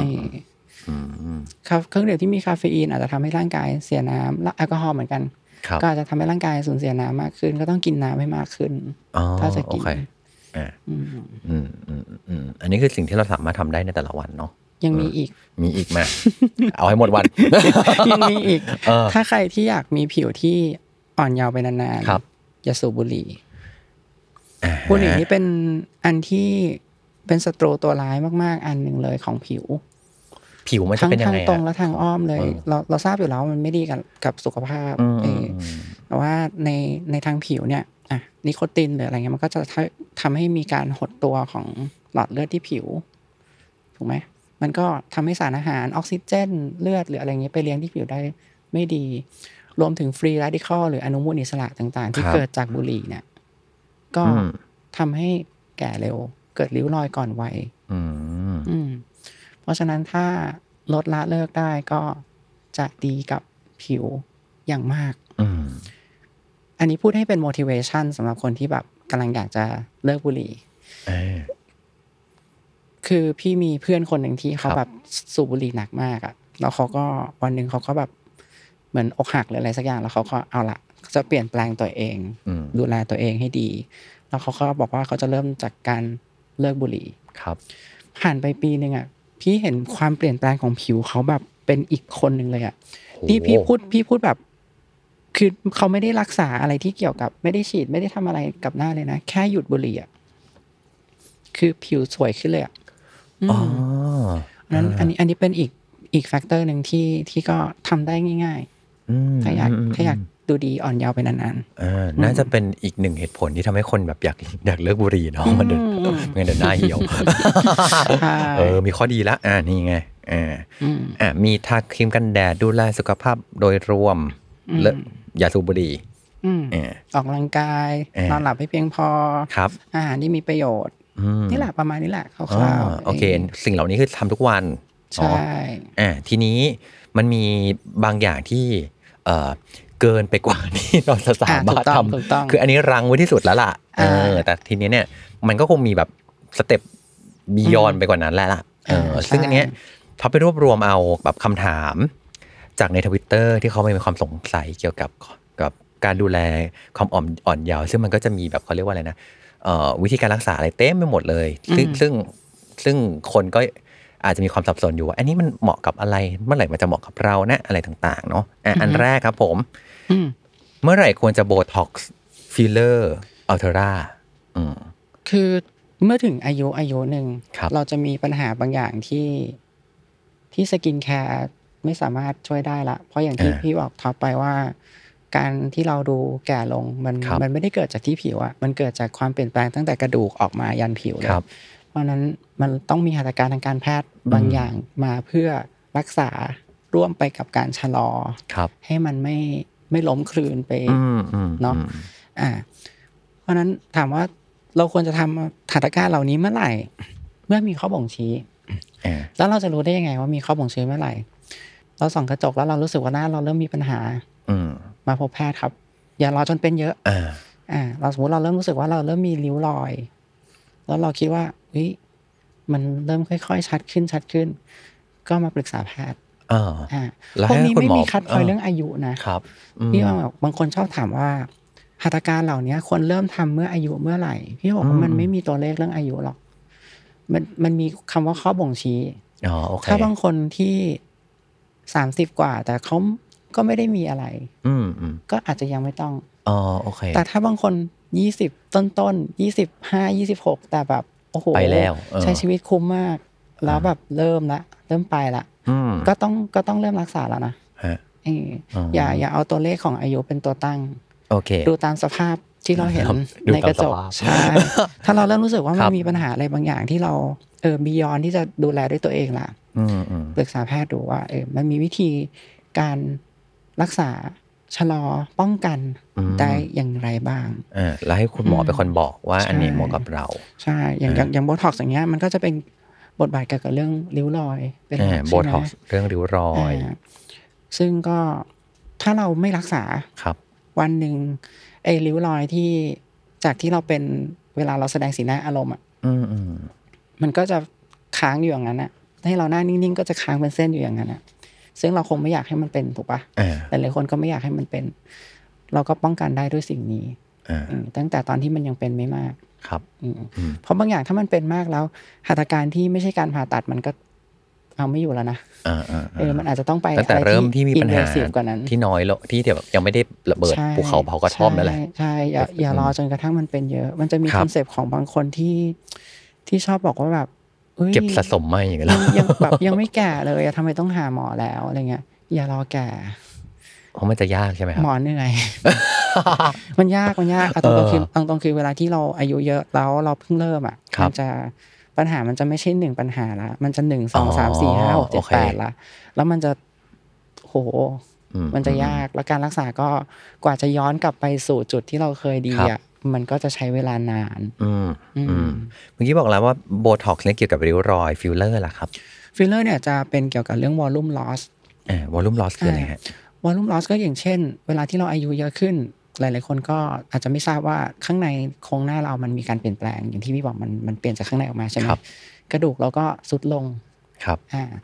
ครับเครื่องดื่มที่มีคาเฟอีนอาจจะทำให้ร่างกายเสียน้ำและแอลกอฮอล์เหมือนกันก็อาจจะทำให้ร่างกายสูญเสียน้ำมากขึ้นก็ต้องกินน้ำให้มากขึ้นถ้าจะกินอันนี้คือสิ่งที่เราสามารถทำได้ในแต่ละวันเนาะยังมีอีกมาเอาให้หมดวันยังมีอีกถ้าใครที่อยากมีผิวที่อ่อนเยาว์ไปนานๆอย่าสูบบุหรี่นี่เป็นอันที่เป็นศัตรูตัวร้ายมากๆอันหนึ่งเลยของผิวมันจะเป็นยังไงทางตรงและทางอ้อมเลยเราทราบอยู่แล้วมันไม่ดีกับสุขภาพแต่ว่าในทางผิวเนี่ยนิโคตินหรืออะไรเงี้ยมันก็จะทำให้มีการหดตัวของหลอดเลือดที่ผิวถูกไหมมันก็ทำให้สารอาหารออกซิเจนเลือดหรืออะไรเงี้ยไปเลี้ยงที่ผิวได้ไม่ดีรวมถึงฟรีแรดิคอลหรืออนุมูลอิสระต่างๆที่เกิดจากบุหรี่เนี่ยก็ทำให้แก่เร็วเกิดริ้วรอยก่อนวัยเพราะฉะนั้นถ้าลดละเลิกได้ก็จะดีกับผิวอย่างมากอันนี้พูดให้เป็น motivation สำหรับคนที่แบบกำลังอยากจะเลิกบุหรี่คือพี่มีเพื่อนคนหนึ่งที่เขาแบบสูบบุหรี่หนักมากอ่ะแล้วเขาก็วันนึงเขาก็แบบเหมือนอกหักหรืออะไรสักอย่างแล้วเขาก็เอาละจะเปลี่ยนแปลงตัวเองดูแลตัวเองให้ดีแล้วเขาก็บอกว่าเขาจะเริ่มจากการเลิกบุหรี่ครับผ่านไปปีนึงอ่ะพี่เห็นความเปลี่ยนแปลงของผิวเขาแบบเป็นอีกคนนึงเลยอ่ะที่พี่พูดแบบคือเขาไม่ได้รักษาอะไรที่เกี่ยวกับไม่ได้ฉีดไม่ได้ทำอะไรกับหน้าเลยนะแค่หยุดบุหรี่อ่ะคือผิวสวยขึ้นเลยอ่ะนั้นอันนี้เป็นอีกแฟกเตอร์นึงที่ก็ทำได้ง่ายๆถ้าอยากดูดีอ่อนเยาว์ไปนานๆน่าจะเป็นอีกหนึ่งเหตุผลที่ทำให้คนแบบอยากเลิกบุหรี่เนาะมันเดินหน้าเหี่ยวมีข้อดีละนี่ไงมีทาครีมกันแดดดูแลสุขภาพโดยรวมอย่าสูบบุหรี่ออกกำลังกายนอนหลับให้เพียงพออาหารที่มีประโยชน์นี่แหละประมาณนี้แหละคร่าวๆโอเคสิ่งเหล่านี้คือทำทุกวันใช่ทีนี้มันมีบางอย่างที่เกินไปกว่าที่เราจะสามารถทำคืออันนี้รังไว้ที่สุดแล้วล่ะแต่ทีนี้เนี่ยมันก็คงมีแบบสเต็ปบียอนไปกว่านั้นแล้วล่ะซึ่งอันเนี้ยพอไปรวบรวมเอาแบบคำถามจากใน Twitter ที่เขามีความสงสัยเกี่ยวกับการดูแลความอ่อนเยาว์ซึ่งมันก็จะมีแบบเขาเรียกว่าอะไรนะวิธีการรักษาอะไรเต็มไปหมดเลยซึ่งคนก็อาจจะมีความสับสนอยู่ว่าอันนี้มันเหมาะกับอะไรเมื่อไหร่มันจะเหมาะกับเรานะอะไรต่างๆเนาะอันแรกครับผมเมื่อไหร่ควรจะโบท็อกซ์ฟิลเลอร์อัลเทอร่าคือเมื่อถึงอายุหนึ่งเราจะมีปัญหาบางอย่างที่สกินแคร์ไม่สามารถช่วยได้ละเพราะอย่างที่พี่บอกท็อปไปว่าการที่เราดูแก่ลงมันไม่ได้เกิดจากที่ผิวอ่ะมันเกิดจากความเปลี่ยนแปลงตั้งแต่กระดูกออกมายันผิวเลยเพราะนั้นมันต้องมีหัตถการทางการแพทย์บางอย่างมาเพื่อรักษาร่วมไปกับการชะลอให้มันไม่ล้มคลืนไปเนาะเพราะนั้นถามว่าเราควรจะทำหัตถการเหล่านี้เมื่อไหร่เมื่อมีข้อบ่งชี้แล้วเราจะรู้ได้ยังไงว่ามีข้อบ่งชี้เมื่อไหร่เราส่องกระจกแล้วเรารู้สึกว่าหน้าเราเริ่มมีปัญหามาพบแพทย์ครับอย่ารอจนเป็นเยอะเราสมมติเราเริ่มรู้สึกว่าเราเริ่มมีริ้วรอยแล้วเราคิดว่ามันเริ่มค่อยๆชัดขึ้นก็มาปรึกษาแพทย์พวกนี้ไม่มีคัดคอยเรื่องอายุนะครับพี่ว่าบางคนชอบถามว่าหัตถการเหล่านี้ควรเริ่มทำเมื่ออายุเมื่อไหร่พี่บอกว่ามันไม่มีตัวเลขเรื่องอายุหรอกมันมีคำว่าข้อบ่งชี้ถ้าบางคนที่30กว่าแต่เขาก็ไม่ได้มีอะไรก็อาจจะยังไม่ต้องโอเคแต่ถ้าบางคน20ต้น25 26แต่แบบโอ้โหไปแล้วใช้ชีวิตคุ้มมากแล้วแบบเริ่มไปละก็ต้องเริ่มรักษาแล้วนะอย่าเอาตัวเลขของอายุเป็นตัวตั้งโอเคดูตามสภาพที่เราเห็นในกระจกใช่ถ้าเราเริ่มรู้สึกว่ามันมีปัญหาอะไรบางอย่างที่เราบียอนที่จะดูแลด้วยตัวเองล่ะปรึกษาแพทย์ดูว่ามันมีวิธีการรักษาชะลอป้องกันได้อย่างไรบ้างแล้วให้คุณหมอเป็นคนบอกว่าอันนี้เหมาะกับเราใช่อย่างโบท็อกซ์อย่างเงี้ยมันก็จะเป็นบทบาทเกี่ยวกับเรื่องริ้วรอยเป็นโบท็อกซ์เรื่องริ้วรอยซึ่งก็ถ้าเราไม่รักษาวันหนึ่งไอ้ริ้วรอยที่จากที่เราเป็นเวลาเราแสดงสีหน้าอารมณ์อ่ะมันก็จะค้างอยู่อย่างนั้นอ่ะให้เราหน้านิ่งๆก็จะค้างเป็นเส้นอยู่อย่างนั้นอ่ะซึ่งเราคงไม่อยากให้มันเป็นถูกปะแต่หลายคนก็ไม่อยากให้มันเป็นเราก็ป้องกันได้ด้วยสิ่งนี้ตั้งแต่ตอนที่มันยังเป็นไม่มากครับเพราะบางอย่างถ้ามันเป็นมากแล้วหัตถการที่ไม่ใช่การผ่าตัดมันก็เอาไม่อยู่แล้วนะมันอาจจะต้องไปแต่เริ่มที่มีปัญหาที่น้อยแล้วที่แบบยังไม่ได้ระเบิดภูเขาเผากระท่อมนั่นแหละใช่อย่ารอจนกระทั่งมันเป็นเยอะมันจะมีคอนเซปต์ของบางคนที่ชอบบอกว่าแบบเก็บสะสมไม่อย่างเงี้ยยังแบบยังไม่แก่เลยทำไมต้องหาหมอแล้วอะไรเงี้ยอย่ารอแก่เพราะมันจะยากใช่ไหมครับหมอเหนื่อยมันยากตรงคือเวลาที่เราอายุเยอะแล้วเราเพิ่งเริ่มมันจะปัญหามันจะไม่ใช่1ปัญหาละมันจะ1 2 3 4 5 6 7 8ละแล้วมันจะโหมันจะยากแล้วการรักษาก็กว่าจะย้อนกลับไปสู่จุดที่เราเคยดีมันก็จะใช้เวลานานเมื่อกี้บอกแล้วว่าโบท็อกซ์เนี่ยเกี่ยวกับริ้วรอยฟิลเลอร์ล่ะครับฟิลเลอร์เนี่ยจะเป็นเกี่ยวกับเรื่องวอลลุ่มลอสวอลลุ่มลอสคืออะไรฮะวอลลุ่มลอสก็อย่างเช่นเวลาที่เราอายุเยอะขึ้นหลายๆคนก็อาจจะไม่ทราบว่าข้างในโครงหน้าเรามันมีการเปลี่ยนแปลงอย่างที่พี่บอกมันเปลี่ยนจากข้างในออกมาใช่ไหมกระดูกเราก็ทรุดลงครับ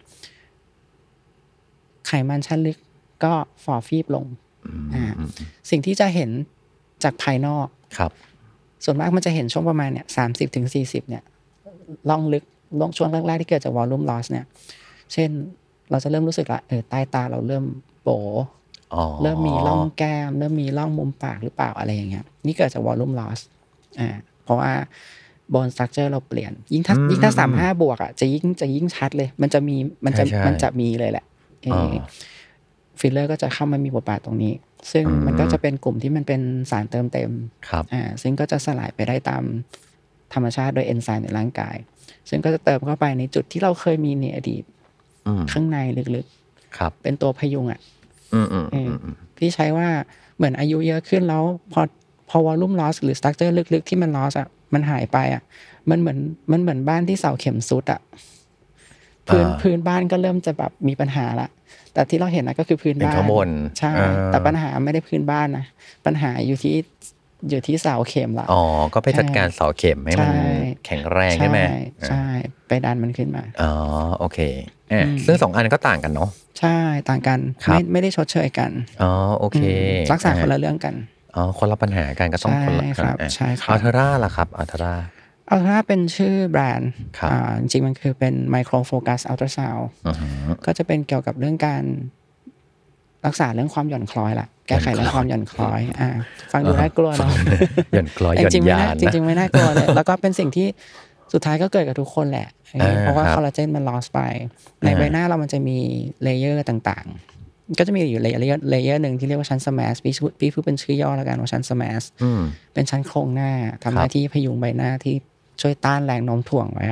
ไขมันชั้นลึกก็ฝ่อฟีบลงสิ่งที่จะเห็นจากภายนอกครับส่วนมากมันจะเห็นช่วงประมาณเนี่ย30 ถึง 40เนี่ยล่องลึกช่วงแรกๆที่เกิดจากวอลลุ่มลอสเนี่ยเช่นเราจะเริ่มรู้สึกละใต้ตาเราเริ่มโบเริ่มมีร่องแก้มเริ่มมีร่องมุมปากหรือเปล่าอะไรอย่างเงี้ยนี่เกิดจากวอลลุ่มลอสเพราะว่าบอนสตรัคเจอร์เราเปลี่ยนยิ่งถ้า35บวกจะยิ่งชัดเลยมันจะมีเลยแหละฟิลเลอร์ก็จะเข้ามามีบทบาทตรงนี้ซึ่งมันก็จะเป็นกลุ่มที่มันเป็นสารเติมเต็มซึ่งก็จะสลายไปได้ตามธรรมชาติโดยเอนไซม์ในร่างกายซึ่งก็จะเติมเข้าไปในจุดที่เราเคยมีในอดีตข้างในลึกๆเป็นตัวพยุงพี่ใช้ว่าเหมือนอายุเยอะขึ้นแล้วพอวอลลุ่มลอสหรือสตรัคเจอร์ลึกๆที่มันลอสมันหายไปมันเหมือนบ้านที่เสาเข็มซุดพื้นบ้านก็เริ่มจะแบบมีปัญหาละแต่ที่เราเห็นนะก็คือพื้นบ้านใช่แต่ปัญหาไม่ได้พื้นบ้านนะปัญหาอยู่ที่เสาเข็มละก็ไปจัดการเสาเข็มให้มันแข็งแรงใช่ไหมใช่ไปดันมันขึ้นมาโอเคซึ่ง2อันก็ต่างกันเนาะใช่ต่างกันไม่ได้ชดเชยกันโอเครักษาคนละเรื่องกันคนละปัญหากันก็ต้องคนละครับใช่ครับอัลเทอร่าล่ะครับอัลเทอร่าเป็นชื่อแบรนด์จริงๆมันคือเป็นไมโครโฟกัสอัลตราซาวด์ก็จะเป็นเกี่ยวกับเรื่องการรักษาเรื่องความหย่อนคล้อยล่ะแก้ไขเรื่องความหย่อนคล้อยฟังดูน่ากลัวเนาะหย่อนคล้อยหย่อนยานจริงๆไม่น่ากลัวเลยแล้วก็เป็นสิ่งที่สุดท้ายก็เกิดกับทุกคนแหละเพราะว่าคอลลาเจนมันลอสไปในใบหน้าเรามันจะมีเลเยอร์ต่างๆก็จะมีอยู่เลเยอร์นึงที่เรียกว่าชั้นสแมชพี่พูดเป็นชื่อย่อแล้วกันว่าชั้นสแมชเป็นชั้นโครงหน้าทำหน้าที่พยุงใบหน้าที่ช่วยต้านแรงโน้มถ่วงไว้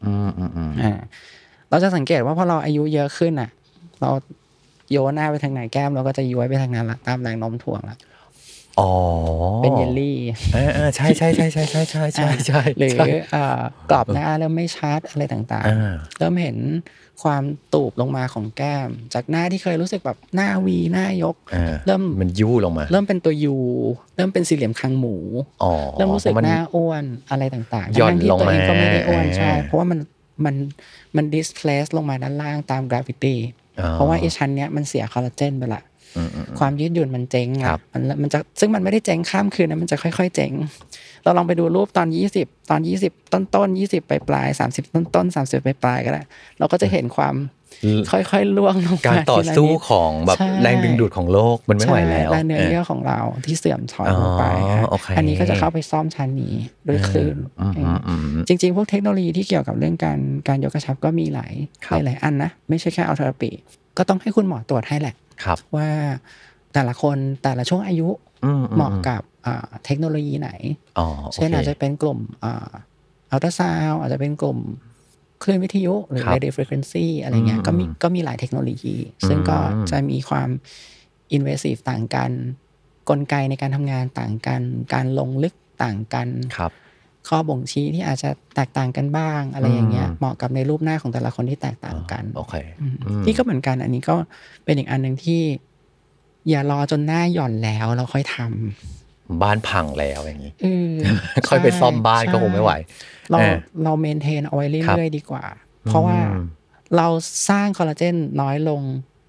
เราจะสังเกตว่าพอเราอายุเยอะขึ้นเราโยนหน้าไปทางไหนแก้มเราก็จะย้วยไปทางนั้นละตามแรงโน้มถ่วงละเป็นเยลลี่ใช่หรือกรอบหน้าเริ่มไม่ชัดอะไรต่างๆเริ่มเห็นความตูบลงมาของแก้มจากหน้าที่เคยรู้สึกแบบหน้าวีหน้ายกเริ่มมันยูลงมาเริ่มเป็นตัวยูเริ่มเป็นสี่เหลี่ยมคางหมูเริ่มรู้สึกหน้าอ้วนอะไรต่างๆย่อนลงมาก็ไม่ได้อ้วนใช่เพราะว่ามัน displace ลงมาด้านล่างตาม gravity เพราะว่าไอ้ชั้นเนี้ยมันเสียคอลลาเจนไปละความยืดหยุ่นมันเจ๊งอ่ะมันจะซึ่งมันไม่ได้เจ๊งข้ามคืนนะมันจะค่อยๆเจ๊งเราลองไปดูรูปตอน20ต้นๆ20ปลายๆ30ต้นๆ30ปลายๆก็ได้เราก็จะเห็นความค่อยๆล่วงลงมาการต่อสู้ของแบบแรงดึงดูดของโลกมันไม่ไหวแล้วและเนื้อเยื่อของเราที่เสื่อมถอยลงไปอันนี้ก็จะเข้าไปซ่อมชั้นนี้ด้วยคลื่นจริงๆพวกเทคโนโลยีที่เกี่ยวกับเรื่องการยกกระชับก็มีหลายอันนะไม่ใช่แค่อัลเทอราปีก็ต้องให้คุณหมอตรวจให้แหละว่าแต่ละคนแต่ละช่วงอายุเหมาะกับเทคโนโลยีไหนเช่นอาจจะเป็นกลุ่มอัลตราซาวด์อาจจะเป็นกลุ่มคลื่นวิทยุหรือ radio frequency อะไรเงี้ยก็มีหลายเทคโนโลยีซึ่งก็จะมีความ invasive ต่างกันกลไกในการทำงานต่างกันการลงลึกต่างกันข้อบ่งชี้ที่อาจจะแตกต่างกันบ้างอะไรอย่างเงี้ยเหมาะกับในรูปหน้าของแต่ละคนที่แตกต่างกันที่ก็เหมือนกันอันนี้ก็เป็นอีกอันนึงที่อย่ารอจนหน้าหย่อนแล้วเราค่อยทำบ้านพังแล้วอย่างนี้ค่อยไปซ่อมบ้านก็คงไม่ไหวเราเมนเทนเอาไว้เรื่อยๆดีกว่าเพราะว่าเราสร้างคอลลาเจนน้อยลง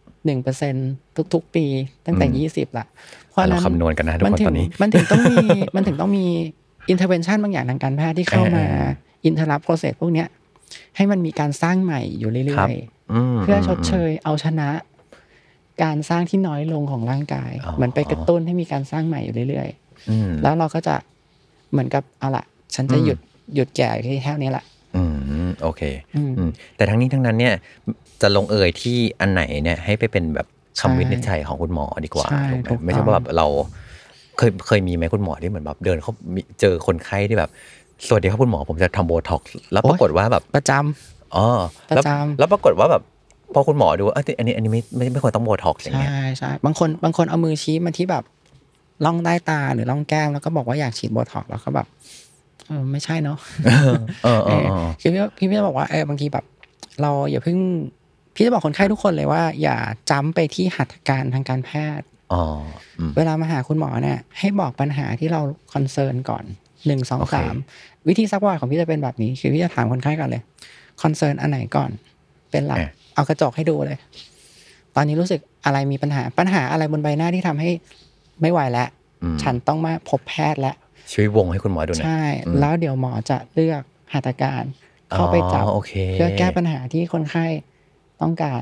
1% ทุกๆปีตั้งแต่20ละเพราะนั้นคำนวณกันนะทุกคนตอนนี้มันถึงต้องมีintervention บางอย่างทางการแพทย์ที่เข้ามา interrupt process พวกเนี้ยให้มันมีการสร้างใหม่อยู่เรื่อยๆเพื่อชดเชยเอาชนะการสร้างที่น้อยลงของร่างกายเหมือนไปกระตุ้นให้มีการสร้างใหม่อยู่เรื่อยๆแล้วเราก็จะเหมือนกับเอาล่ะฉันจะหยุดแก่ที่แค่นี้แหละโอเคแต่ทั้งนี้ทั้งนั้นเนี่ยจะลงเอยที่อันไหนเนี่ยให้ไปเป็นแบบคำวินิจฉัยของคุณหมอดีกว่าถูกไหมไม่ใช่ว่าแบบเราเคยมีไหมคุณหมอที่เหมือนแบบเดินเขาเจอคนไข้ที่แบบสวัสดีครับคุณหมอผมจะทำโบท็อกซ์แล้วปรากฏว่าแบบประจำแล้วปรากฏว่าแบบพอคุณหมอดูว่าอันนี้ไม่ควรต้องโบท็อกซ์อย่างเงี้ยใช่บางคนเอามือชี้มาที่แบบร่องใต้ตาหรือร่องแก้มแล้วก็บอกว่าอยากฉีดโบท็อกซ์แล้วก็แบบไม่ใช่เนาะคือพี่จะบอกว่าบางทีแบบเราอย่าเพิ่งพี่จะบอกคนไข้ทุกคนเลยว่าอย่าจ้ำไปที่หัตถการทางการแพทย์เวลามาหาคุณหมอเนี่ยให้บอกปัญหาที่เราคอนเซิร์นก่อน1 2 3วิธีซักประวัติของพี่จะเป็นแบบนี้คือพี่จะถามคนไข้ก่อนเลยคอนเซิร์นอันไหนก่อนเป็นหลักเอากระจกให้ดูเลยตอนนี้รู้สึกอะไรมีปัญหาอะไรบนใบหน้าที่ทำให้ไม่ไหวแล้วฉันต้องมาพบแพทย์แล้วช่วยวงให้คุณหมอดูหน่อยใช่แล้วเดี๋ยวหมอจะเลือกหัตถการเข้าไปจับเพื่อแก้ปัญหาที่คนไข้ต้องการ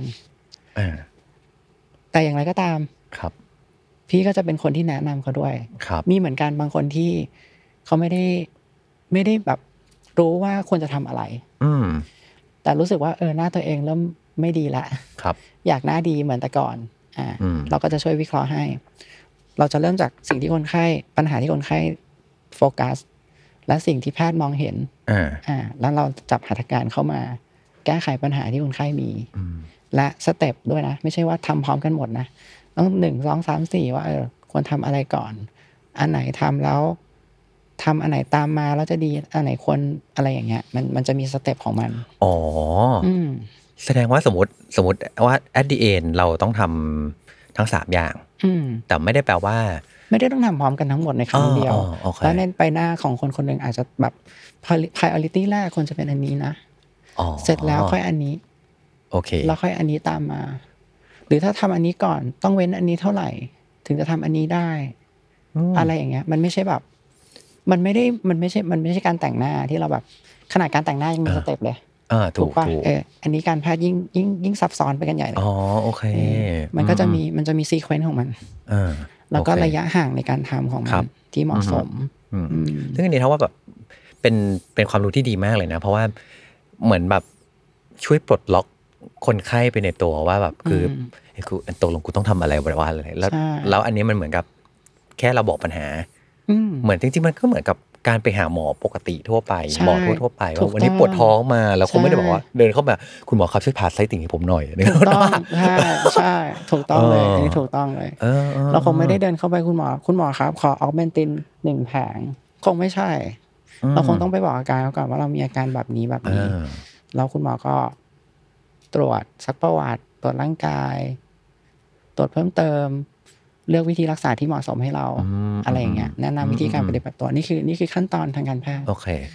แต่อย่างไรก็ตามครับพี่ก็จะเป็นคนที่แนะนำเขาด้วยมีเหมือนกันบางคนที่เขาไม่ได้แบบรู้ว่าควรจะทำอะไรแต่รู้สึกว่าหน้าตัวเองเริ่มไม่ดีละอยากหน้าดีเหมือนแต่ก่อนเราก็จะช่วยวิเคราะห์ให้เราจะเริ่มจากสิ่งที่คนไข้ปัญหาที่คนไข้โฟกัสและสิ่งที่แพทย์มองเห็นแล้วเราจับหัตถการเข้ามาแก้ไขปัญหาที่คนไข้มีและสเต็ปด้วยนะไม่ใช่ว่าทำพร้อมกันหมดนะต้อง1 2 3 4ว่าควรทำอะไรก่อนอันไหนทำแล้วทำอันไหนตามมาแล้วจะดีอันไหนควรอะไรอย่างเงี้ยมันจะมีสเต็ปของมันแสดงว่าสมมติว่า at the end เราต้องทำทั้ง3อย่างแต่ไม่ได้แปลว่าไม่ได้ต้องทำพร้อมกันทั้งหมดในครั้งเดียวแล้วในใบหน้าของคนหนึ่งอาจจะแบบ priority แรกควรจะเป็นอันนี้นะเสร็จแล้วค่อยอันนี้โอเคแล้วค่อยอันนี้ตามมาหรือถ้าทำอันนี้ก่อนต้องเว้นอันนี้เท่าไหร่ถึงจะทำอันนี้ได้อะไรอย่างเงี้ยมันไม่ใช่แบบมันไม่ใช่การแต่งหน้าที่เราแบบขนาดการแต่งหน้ายังมีสเต็ปเลยถูกป่ะอันนี้การแพทย์ยิ่งซับซ้อนไปกันใหญ่เลยโอเคมันก็จะมีซีเควนซ์ของมันแล้วก็ระยะห่างในการทำของมันที่เหมาะสมซึ่งอันนี้ถ้าว่าแบบเป็นความรู้ที่ดีมากเลยนะเพราะว่าเหมือนแบบช่วยปลดล็อกคนไข้ไปในตัวว่าแบบคือตกลงกูต้องทำอะไรว่าอะไรแล้วอันนี้มันเหมือนกับแค่เราบอกปัญหาเหมือนจริงๆมันก็เหมือนกับการไปหาหมอปกติทั่วไปหมอทั่วไปว่าวันนี้ปวดท้องมาแล้วคงไม่ได้บอกว่าเดินเข้ามาคุณหมอครับช่วยผ่าไส้ติ่งให้ผมหน่อยถูกต้องใช่ถูกต้องเลยอันนี้ถูกต้องเลยเราคงไม่ได้เดินเข้าไปคุณหมอครับขอออกเมนติน1 แผงคงไม่ใช่เราคงต้องไปบอกอาการเขาก่อนว่าเรามีอาการแบบนี้แล้วคุณหมอก็ตรวจซักประวัติตรวจร่างกายตรวจเพิ่มเติมเลือกวิธีรักษาที่เหมาะสมให้เราอะไรอย่างเงี้ยแนะนำวิธีการปฏิบัติตัวนี่คือขั้นตอนทางการแพทย์โอเค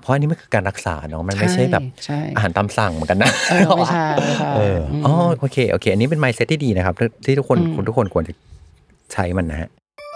เพราะอันนี้มันคือการรักษาเนาะมันไม่ใช่แบบอาหารตามสั่งเหมือนกันนะไม่ใช่อ๋อโอเคอันนี้เป็น mindset ที่ดีนะครับที่ทุกคนควรจะใช้มันนะฮะ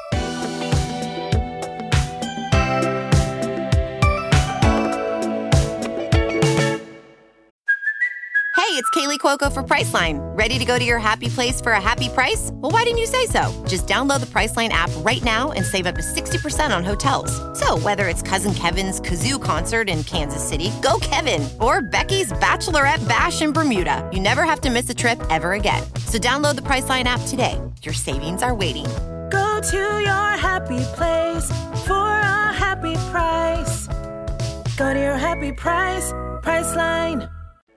It's Kaylee Cuoco for Priceline. Ready to go to your happy place for a happy price? Well, why didn't you say so? Just download the Priceline app right now and save up to 60% on hotels. So whether it's Cousin Kevin's Kazoo Concert in Kansas City, go Kevin, or Becky's Bachelorette Bash in Bermuda, you never have to miss a trip ever again. So download the Priceline app today. Your savings are waiting. Go to your happy place for a happy price. Go to your happy price, Priceline.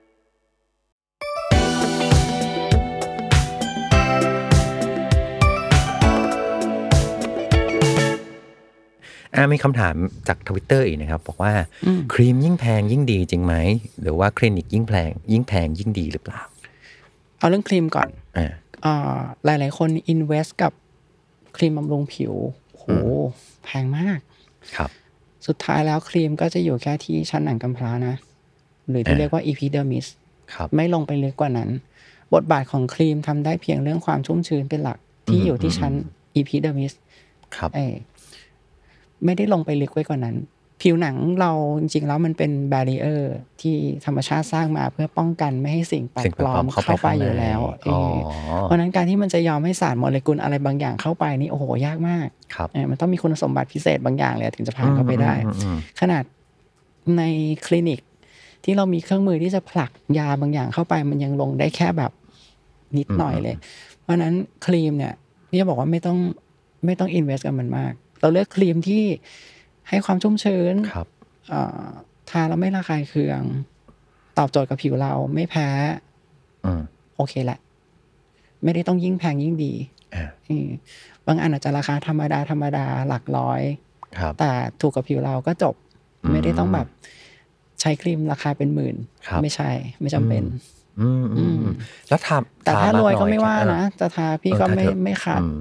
มีคำถามจาก Twitter อีกนะครับบอกว่าครีมยิ่งแพงยิ่งดีจริงไหมหรือว่าคลินิกยิ่งแพงยิ่งดีหรือเปล่าเอาเรื่องครีมก่อนหลายๆคน invest กับครีมบำรุงผิวโหแพงมากครับสุดท้ายแล้วครีมก็จะอยู่แค่ที่ชั้นหนังกำพร้านะหรือที่เรียกว่า epidermis ไม่ลงไปลึกกว่านั้นบทบาทของครีมทำได้เพียงเรื่องความชุ่มชื้นเป็นหลักที่อยู่ที่ชั้น epidermis ครับไม่ได้ลงไปลึกไว้กว่านั้นผิวหนังเราจริงๆแล้วมันเป็นแบรีเออร์ที่ธรรมชาติสร้างมาเพื่อป้องกันไม่ให้สิ่งแปลกปลอมเข้าไปอยู่แล้วเพราะนั้นการที่มันจะยอมให้สารโมเลกุลอะไรบางอย่างเข้าไปนี่โอ้โหยากมากมันต้องมีคุณสมบัติพิเศษบางอย่างเลยถึงจะผ่านเข้าไปได้ขนาดในคลินิกที่เรามีเครื่องมือที่จะผลักยาบางอย่างเข้าไปมันยังลงได้แค่แบบนิดหน่อยเลยเพราะนั้นครีมเนี่ยพี่จะบอกว่าไม่ต้องอินเวสต์กับมันมากเราเลือกครีมที่ให้ความชุ่มชื้นทาแล้วไม่ระคายเคืองตอบโจทย์กับผิวเราไม่แพ้โอเคแหละไม่ได้ต้องยิ่งแพงยิ่งดีบางอันอาจจะราคาธรรมดาหลักร้อยแต่ถูกกับผิวเราก็จบไม่ได้ต้องแบบใช้ครีมราคาเป็นหมื่นไม่ใช่ไม่จำเป็นแล้วแต่ถ้ารวยก็ไม่ว่านะจะทาพี่ก็ไม่ขาด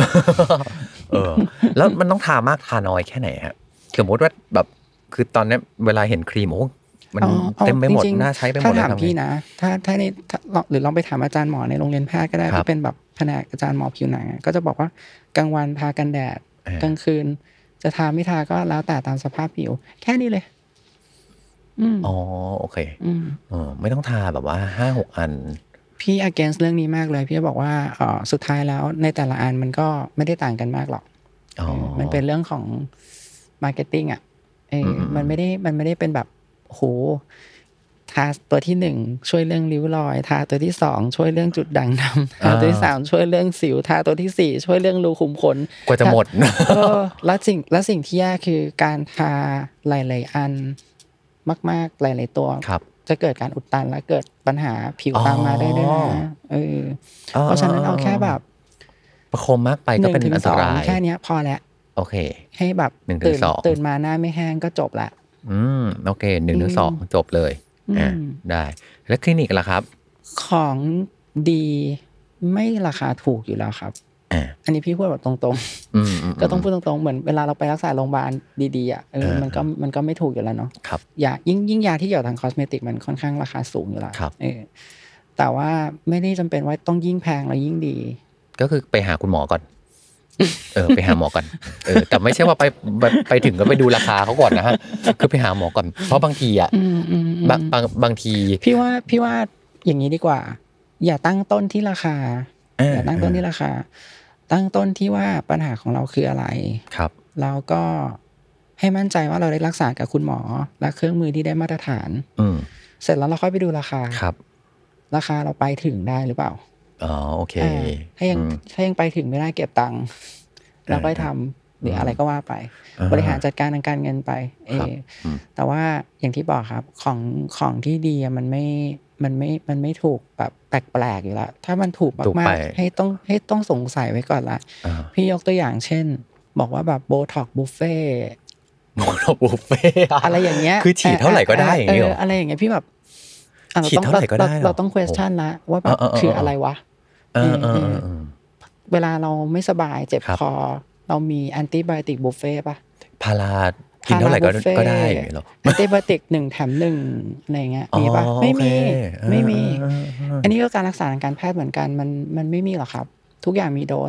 แล้วมันต้องทามากทาน้อยแค่ไหนฮะสมมติว่าแบบคือตอนนี้เวลาเห็นครีมโอ้มันเต็มไปหมดน่าใช้ไปหมดเลยถ้าถามพี่นะถ้าในหรือลองไปถามอาจารย์หมอในโรงเรียนแพทย์ก็ได้ที่เป็นแบบแผนกอาจารย์หมอผิวหนังก็จะบอกว่ากลางวันทากันแดดกลางคืนจะทาไม่ทาก็แล้วแต่ตามสภาพผิวแค่นี้เลยอ๋อโอเคไม่ต้องทาแบบว่า5-6 อันพี่ against เรื่องนี้มากเลยพี่จะบอกว่าสุดท้ายแล้วในแต่ละอันมันก็ไม่ได้ต่างกันมากหรอกมันเป็นเรื่องของ marketing อ่ะมันไม่ได้เป็นแบบโหทาตัวที่1ช่วยเรื่องริ้วรอยทาตัวที่2ช่วยเรื่องจุดด่างดำทาตัวที่3ช่วยเรื่องสิวทาตัวที่4ช่วยเรื่องรูขุมขนกว่าจะหมดแล้วสิ่งที่ยากคือการทาหลายๆอันมากๆหลายๆตัวจะเกิดการอุดตันและเกิดปัญหาผิวตามมาได้ด้วยนะเพราะฉะนั้นเอาแค่แบบประคมมากไปก็เป็นอันตรายแค่นี้พอแล้วโอเคให้แบบตื่นมาหน้าไม่แห้งก็จบละโอเค1-2จบเลยได้แล้วคลินิกล่ะครับของดีไม่ราคาถูกอยู่แล้วครับอันนี้พี่พูดแบบตรงๆก็ต้องพูดตรงๆเหมือนเวลาเราไปรักษาโรงพยาบาลดีๆอ่ะมันก็ไม่ถูกอยู่แล้วเนาะยายิ่งยาที่เกี่ยวกับทางคอสเมติกมันค่อนข้างราคาสูงอยู่แล้วแต่ว่าไม่ได้จำเป็นว่าต้องยิ่งแพงแล้วยิ่งดีก็คือไปหาคุณหมอก่อนไปหาหมอก่อนแต่ไม่ใช่ว่าไปถึงก็ไปดูราคาเขาก่อนนะฮะคือไปหาหมอก่อนเพราะบางทีอ่ะบางทีพี่ว่าอย่างนี้ดีกว่าอย่าตั้งต้นที่ราคาอย่าตั้งต้นที่ราคาตั้งต้นที่ว่าปัญหาของเราคืออะไรครับแล้วก็ให้มั่นใจว่าเราได้รักษากับคุณหมอและเครื่องมือที่ได้มาตรฐานเสร็จแล้วเราค่อยไปดูราคาครับราคาเราไปถึงได้หรือเปล่าโอเคถ้ายังไปถึงไม่ได้เก็บตังค์แล้วค่อยทำหรืออะไรก็ว่าไปบริหารจัดการทางการเงินไปแต่ว่าอย่างที่บอกครับของที่ดีมันไม่ถูกแบบแปลกๆอยู่แล้วถ้ามันถูกมากๆให้ต้องสงสัยไว้ก่อนละพี่ยกตัวอย่างเช่นบอกว่าแบบโบท็อกบุฟเฟ่อะไรอย่างเงี้ยคือฉีดเท่าไหร่ก็ได้อย่างเงี้ยอะไรอย่างเงี้ยพี่แบบเราต้อง question ละว่าแบบคืออะไรวะเวลาเราไม่สบายเจ็บคอเรามีแอนติไบโอติกบุฟเฟ่ป่ะพารากินเท่าไหร่ก็ได้หรอแอนติไบโอติก1แถม1อะไรเงี้ยมีป่ะไม่มีอันนี้ก็การรักษาทางการแพทย์เหมือนกันมันไม่มีหรอกครับทุกอย่างมีโดส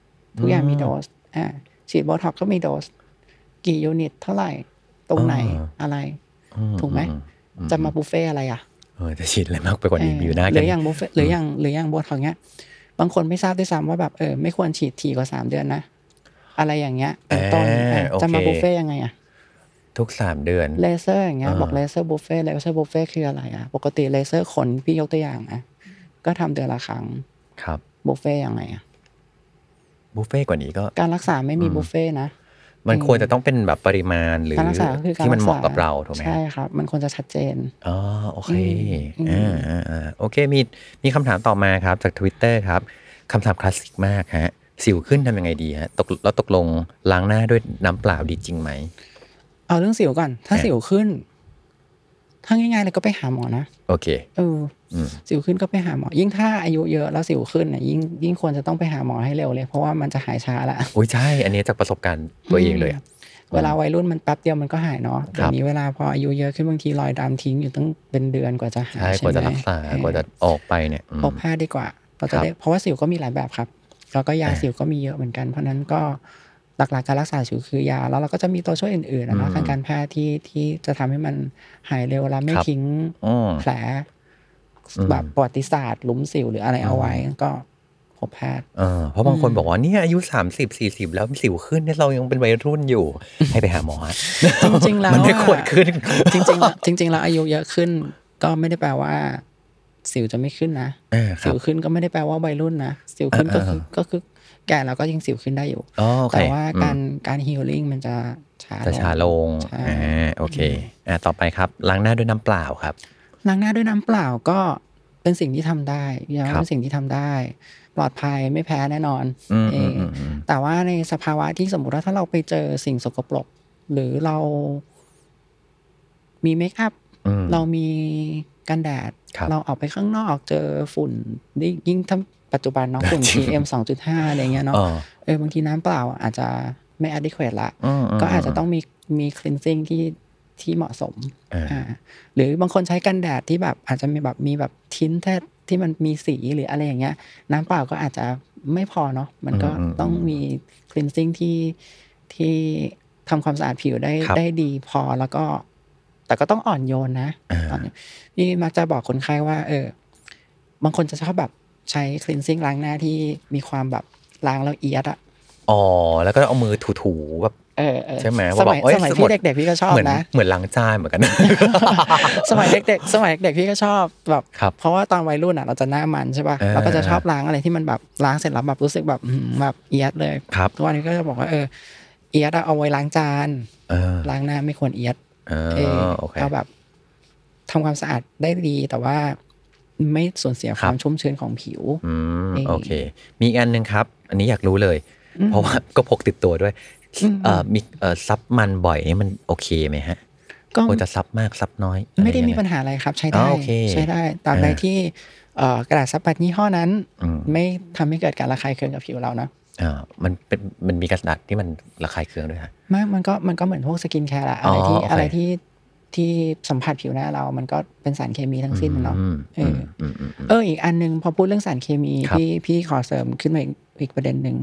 ฉีดโบท็อกซ์ก็มีโดสกี่ยูนิตเท่าไหร่ตรงไหนอะไรถูกไหมจะมาบุฟเฟ่อะไรอ่ะจะฉีดอะไรมากไปกว่านี้อยู่หน้ากันหรืออย่างบุฟเฟ่หรืออย่างโบท็อกซ์เงี้ยบางคนไม่ทราบด้วยซ้ำว่าแบบไม่ควรฉีดถี่กว่า3 เดือนนะอะไรอย่างเงี้ยเป็นต้นจะมาบุฟเฟ่ยังไงอ่ะทุก3 เดือนเลเซอร์อย่างเงี้ยบอกเลเซอร์บุฟเฟ่คืออะไรอ่ะปกติเลเซอร์ขนพี่ยกตัวอย่างนะก็ทำเดือนละครั้งครับบุฟเฟ่ยังไงอ่ะบุฟเฟ่กว่านี้ก็การรักษาไม่มีบุฟเฟ่นะมันควรจะต้องเป็นแบบปริมาณหรือที่มันเหมาะกับเราถูกไหมใช่ครับมันควรจะชัดเจนโอเคโอเคมีคำถามต่อมาครับจาก Twitter ครับคำถามคลาสสิกมากฮะสิวขึ้นทำยังไงดีฮะตกลงล้างหน้าด้วยน้ำเปล่าดีจริงไหมเอาเรื่องสิวก่อนถ้าสิวขึ้นถ้าง่ายๆเลยก็ไปหาหมอนะโอเคสิวขึ้นก็ไปหาหมอยิ่งถ้าอายุเยอะแล้วสิวขึ้นเนี่ยยิ่งควรจะต้องไปหาหมอให้เร็วเลยเพราะว่ามันจะหายช้าละใช่อันนี้จากประสบการณ์ตัวเองเลยเวลาวัยรุ่นมันแป๊บเดียวมันก็หายเนาะแต่นี้เวลาพออายุเยอะขึ้นบางทีรอยดำทิ้งอยู่ตั้งเป็นเดือนกว่าจะหายใช่กว่าจะรักษากว่าจะออกไปเนี่ยพบแพทย์ดีกว่าเพราะว่าสิวก็มีหลายแบบครับแล้วก็ยาสิวก็มีเยอะเหมือนกันเพราะนั้นก็หลักๆการรักษาสิวคือยาแล้วเราก็จะมีตัวช่วยอื่นๆนะทางการแพทย์ที่จะทำให้มันหายเร็วและไม่ทิ้งแผลแบบประวัติศาสตร์หลุมสิวหรืออะไรเอาไว้ก็พบแพทย์เพราะบางคนบอกว่าเนี่ยอายุ30-40แล้วสิวขึ้นเนี่ยเรายังเป็นวัยรุ่นอยู่ให้ไปหาหมอจริงๆแล้วมันไม่ควรขึ้นจริงๆแล้วอายุเยอะขึ้นก็ไม่ได้แปลว่าสิวจะไม่ขึ้นนะสิวขึ้นก็ไม่ได้แปลว่าวัยรุ่นนะสิวขึ้นก็คือแก่แล้วก็ยังสิวขึ้นได้อยู่แต่ว่าการฮีลลิ่งมันจะช้าลงโอเคต่อไปครับล้างหน้าด้วยน้ำเปล่าครับล้างหน้าด้วยน้ำเปล่าก็เป็นสิ่งที่ทำได้เป็นสิ่งที่ทำได้ปลอดภัยไม่แพ้แน่นอนแต่ว่าในสภาวะที่สมมติว่าถ้าเราไปเจอสิ่งสกปรกหรือเรามีเมคอัพเรามีกันแดดเราออกไปข้างนอกเจอฝุ่นยิ่งถ้าปัจจุบันเนาะฝุ่น PM 2.5 อะไรเงี้ยเนาะบางทีน้ำเปล่าอาจจะไม่ adequate ละก็อาจจะต้องมี cleansing ที่เหมาะสมหรือบางคนใช้กันแดดที่แบบอาจจะมีแบบทิ้นที่มันมีสีหรืออะไรอย่างเงี้ยน้ำเปล่าก็อาจจะไม่พอเนาะมันก็ต้องมี cleansing ที่ทำความสะอาดผิวได้ดีพอแล้วก็แต่ก็ต้องอ่อนโยนนะนี่มักจะบอกคนไข้ว่าบางคนจะชอบแบบใช้ cleansing ล้างหน้าที่มีความแบบล้างแล้วเอียดแล้วก็เอามือถูๆแบบใช่ไหมสมัยที่เด็กๆพี่ก็ชอบนะเหมือนล้างจานเหมือนกันสมัยเด็กพี่ก็ชอบแบบเพราะว่าตอนวัยรุ่นเราจะหน้ามันใช่ป่ะเราก็จะชอบล้างอะไรที่มันแบบล้างเสร็จแล้วแบบรู้สึกแบบเอียดเลยทุกวันนี้ก็จะบอกว่าเอียดเอาไว้ล้างจานล้างหน้าไม่ควรเอียดเอาแบบทำความสะอาดได้ดีแต่ว่าไม่สูญเสียความชุ่มชื้นของผิวโอเคมีอีกอันนึงครับอันนี้อยากรู้เลยเพราะว่าก็พกติดตัวด้วยมีซับมันบ่อยนี่มันโอเคไหมฮะควรจะซับมากซับน้อยไม่ได้มีปัญหาอะไรครับใช้ได้ตราบใดที่กระดาษซับปัดยี่ห้อนั้นไม่ทำให้เกิดการระคายเคืองกับผิวเรานะมันมีกระดาษที่มันระคายเคืองด้วยฮะไม่มันก็เหมือนพวกสกินแคร์ละอะไรที่สัมผัสผิวหน้าเรามันก็เป็นสารเคมีทั้งสิ้นเนาะอีกอันนึงพอพูดเรื่องสารเคมีพี่ขอเสริมขึ้นมาอีกประเด็นนึง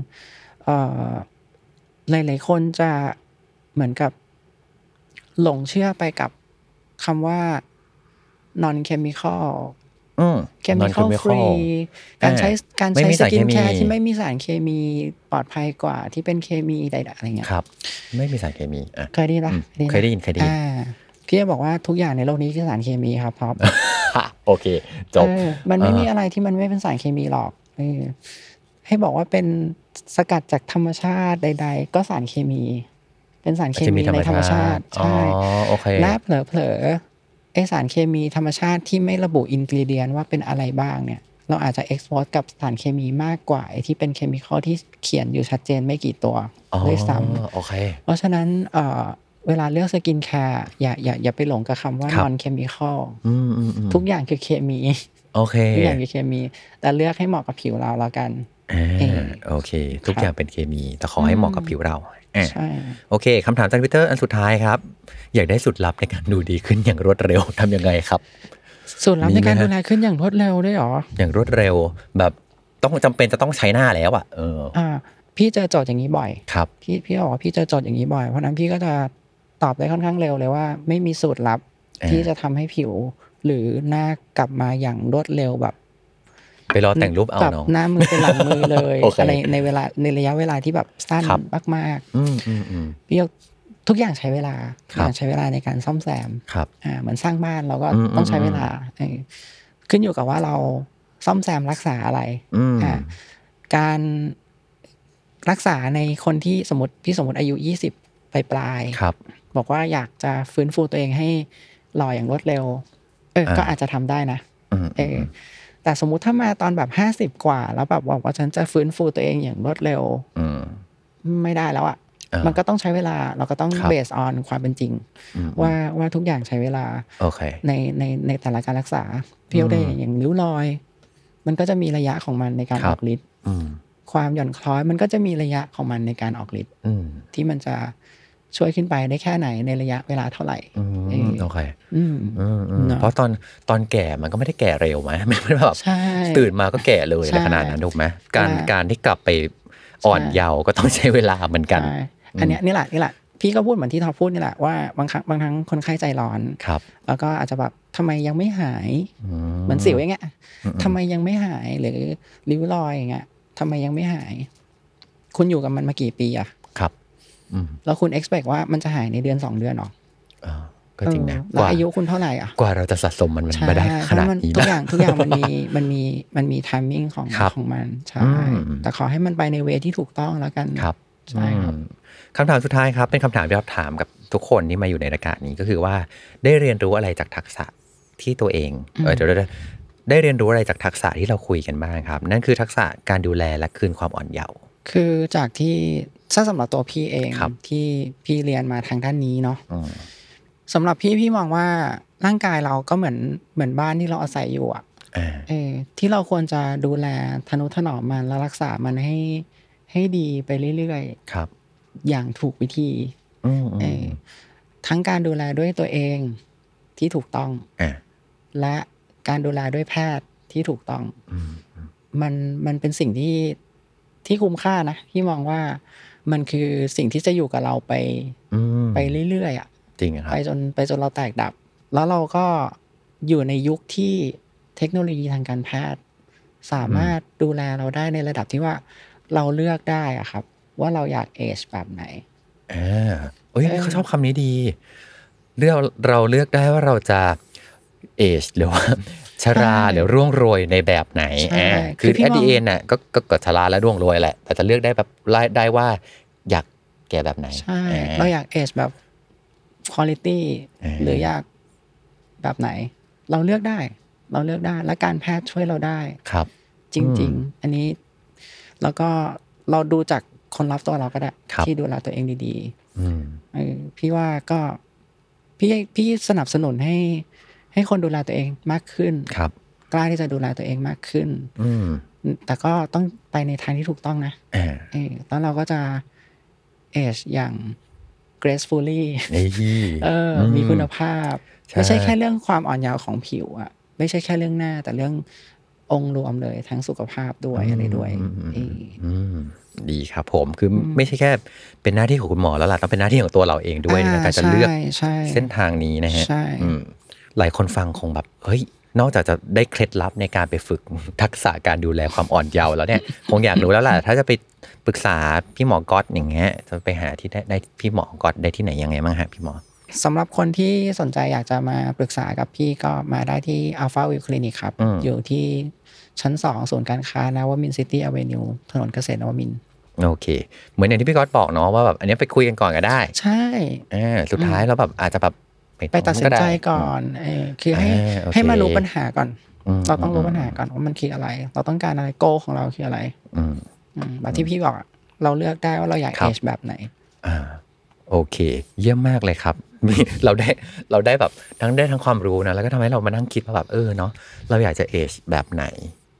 หลายๆคนจะเหมือนกับหลงเชื่อไปกับคำว่า non chemical chemical free การใช้สกินแคร์ที่ไม่มีสารเคมีปลอดภัยกว่าที่เป็นเคมีใดๆอะไรเงี้ยครับไม่มีสารเคมีเคยได้ยินพี่จะบอกว่าทุกอย่างในโลกนี้คือสารเคมีครับท็อปโอเคจบมันไม่มีอะไรที่มันไม่เป็นสารเคมีหรอกให้บอกว่าเป็นสกัดจากธรรมชาติใดๆก็สารเคมีเป็นสารเคมีในธรรมชาติใช่และเผลอไอสารเคมีธรรมชาติที่ไม่ระบุอินกรีเดียนว่าเป็นอะไรบ้างเนี่ยเราอาจจะเอ็กซ์โพสกับสารเคมีมากกว่าไอที่เป็นเคมีคอลที่เขียนอยู่ชัดเจนไม่กี่ตัวด้วยซ้ำเพราะฉะนั้นเวลาเลือกสกินแคร์อย่าไปหลงกับคำว่า non chemical ทุกอย่างคือเคมีทุกอย่างคือเคมีแต่เลือกให้เหมาะกับผิวเราแล้วกันโอเคทุกอย่างเป็นเคมีแต่ขอให้เหมาะกับผิวเราใช่โอเคคำถามจาก Twitter อันสุดท้ายครับอยากได้สูตรลับในการดูดีขึ้นอย่างรวดเร็วทำยังไงครับสูตรลับในการดูแลขึ้นอย่างรวดเร็วด้วยหรออย่างรวดเร็วแบบต้องจำเป็นจะต้องใช้หน้าแล้วอ่ะพี่เจอโจทย์อย่างนี้บ่อยครับพี่บอกว่าพี่เจอโจทย์อย่างนี้บ่อยเพราะนั้นพี่ก็จะตอบได้ค่อนข้างเร็วเลยว่าไม่มีสูตรลับที่จะทำให้ผิวหรือหน้ากลับมาอย่างรวดเร็วแบบไปรอแต่งรูปเอาเนาะหน้ามือเป็นหลังมือเลยอะไรในระยะเวลาที่แบบสั้นมากๆพี่ทุกอย่างใช้เวลาใช้เวลาในการซ่อมแซมเหมือนสร้างบ้านเราก็ต้องใช้เวลาขึ้นอยู่กับว่าเราซ่อมแซมรักษาอะไรการรักษาในคนที่สมมติอายุ20ปลายบอกว่าอยากจะฟื้นฟูตัวเองให้หล่ออย่างรวดเร็วก็อาจจะทำได้นะแต่สมมุติถ้ามาตอนแบบ50กว่าแล้วแบบบอกว่าฉันจะฟื้นฟูตัวเองอย่างรวดเร็วไม่ได้แล้วอ่ะมันก็ต้องใช้เวลาเราก็ต้องเบสออนความเป็นจริงว่าทุกอย่างใช้เวลาในแต่ละการรักษาเพี้ยวได้อย่างริ้วรอยมันก็จะมีระยะของมันในการออกฤทธิ์ความหย่อนคล้อยมันก็จะมีระยะของมันในการออกฤทธิ์ที่มันจะช่วยขึ้นไปได้แค่ไหนในระยะเวลาเท่าไหร่โอเคเพราะตอนแก่มันก็ไม่ได้แก่เร็วไหมไม่ได้แบบตื่นมาก็แก่เลยขนาดนั้นถูกไหมการที่กลับไปอ่อนเยาว์ก็ต้องใช้เวลาเหมือนกันอันนี้นี่แหละพี่ก็พูดเหมือนที่ท็อปพูดนี่แหละว่าบางครั้งคนไข้ใจร้อนแล้วก็อาจจะแบบทำไมยังไม่หายเหมือนสิวอย่างเงี้ยทำไมยังไม่หายหรือริ้วรอยอย่างเงี้ยทำไมยังไม่หายคุณอยู่กับมันมากี่ปีอะครับแล้วคุณ expect ว่ามันจะหายในเดือน2 เดือนหรอก็จริงนะแล้วอายุคุณเท่าไหร่อ่ะกว่าเราจะสะสมมันมาได้ขนาดนี้ทุกอย่างมันมี timing ของมันใช่แต่ขอให้มันไปในเวที่ถูกต้องแล้วกันครับใช่ครับคำถามสุดท้ายครับเป็นคำถามที่เราถามกับทุกคนที่มาอยู่ในรายการนี้ก็คือว่าได้เรียนรู้อะไรจากทักษะที่ตัวเองได้เรียนรู้อะไรจากทักษะที่เราคุยกันบ้างครับนั่นคือทักษะการดูแลและคืนความอ่อนเยาว์คือจากที่สำหรับตัวพี่เองที่พี่เรียนมาทางด้านนี้เนาะสำหรับพี่มองว่าร่างกายเราก็เหมือนบ้านที่เราอาศัยอยู่อ่ะที่เราควรจะดูแลทนุถนอมมันและรักษามันให้ดีไปเรื่อยๆครับอย่างถูกวิธีทั้งการดูแลด้วยตัวเองที่ถูกต้องและการดูแลด้วยแพทย์ที่ถูกต้องมันเป็นสิ่งที่คุ้มค่านะพี่มองว่ามันคือสิ่งที่จะอยู่กับเราไปเรื่อยๆอ่ะจริงครับไปจนเราแตกดับแล้วเราก็อยู่ในยุคที่เทคโนโลยีทางการแพทย์สามารถดูแลเราได้ในระดับที่ว่าเราเลือกได้อะครับว่าเราอยากเอจแบบไหนเขาชอบคำนี้ดีเราเลือกได้ว่าเราจะเอจหรือว่าชราหรือร่วงโรยในแบบไหนคือแอดดีเอ็นน่ะก็ชราและร่วงโรยแหละแต่จะเลือกได้แบบได้ว่าอยากแก่แบบไหนใช่เราอยากเอจแบบคุณภาพหรืออยากแบบไหนเราเลือกได้และการแพทย์ช่วยเราได้ครับจริงๆอันนี้แล้วก็เราดูจากคนรอบตัวเราก็ได้ที่ดูแลตัวเองดีๆพี่ว่าก็พี่สนับสนุนให้คนดูแลตัวเองมากขึ้นกล้าที่จะดูแลตัวเองมากขึ้นแต่ก็ต้องไปในทางที่ถูกต้องนะแล้วเราก็จะเอจอย่างgracefully มีคุณภาพไม่ใช่แค่เรื่องความอ่อนเยาว์ของผิวอ่ะไม่ใช่แค่เรื่องหน้าแต่เรื่ององค์รวมเลยทั้งสุขภาพด้วยอะไรด้วยดีครับผมคือไม่ใช่แค่เป็นหน้าที่ของคุณหมอแล้วล่ะต้องเป็นหน้าที่ของตัวเราเองด้วยในการจะเลือกเส้นทางนี้นะฮะหลายคนฟังคงแบบเฮ้ยนอกจากจะได้เคล็ดลับในการไปฝึกทักษะการดูแลความอ่อนเยาว์แล้วเนี่ยคงอยากรู้แล้วล่ะถ้าจะไปปรึกษาพี่หมอก๊อตอย่างเงี้ยจะไปหาที่ได้พี่หมอก๊อตได้ที่ไหนยังไงบ้างฮะพี่หมอสำหรับคนที่สนใจอยากจะมาปรึกษากับพี่ก็มาได้ที่ Alpha View Clinic ครับอยู่ที่ชั้น2ศูนย์การค้านวมินทร์ซิตี้อเวนิวถนนเกษตรนวมินทร์โอเคเหมือนอย่างที่พี่ก๊อตบอกเนาะว่าแบบอันนี้ไปคุยกันก่อนก็ได้ใช่สุดท้ายแล้วแบบอาจจะแบบไปตัดสินใจก่อนคือให้มารู้ปัญหาก่อนเราต้องรู้ปัญหาก่อนว่ามันคืออะไรเราต้องการอะไรโกของเราคืออะไรแบบที่พี่บอกเราเลือกได้ว่าเราอยากเอจแบบไหนโอเคเยี่ยมมากเลยครับเราได้แบบทั้งความรู้นะแล้วก็ทำให้เรามานั่งคิดว่าแบบเนาะเราอยากจะเอจแบบไหน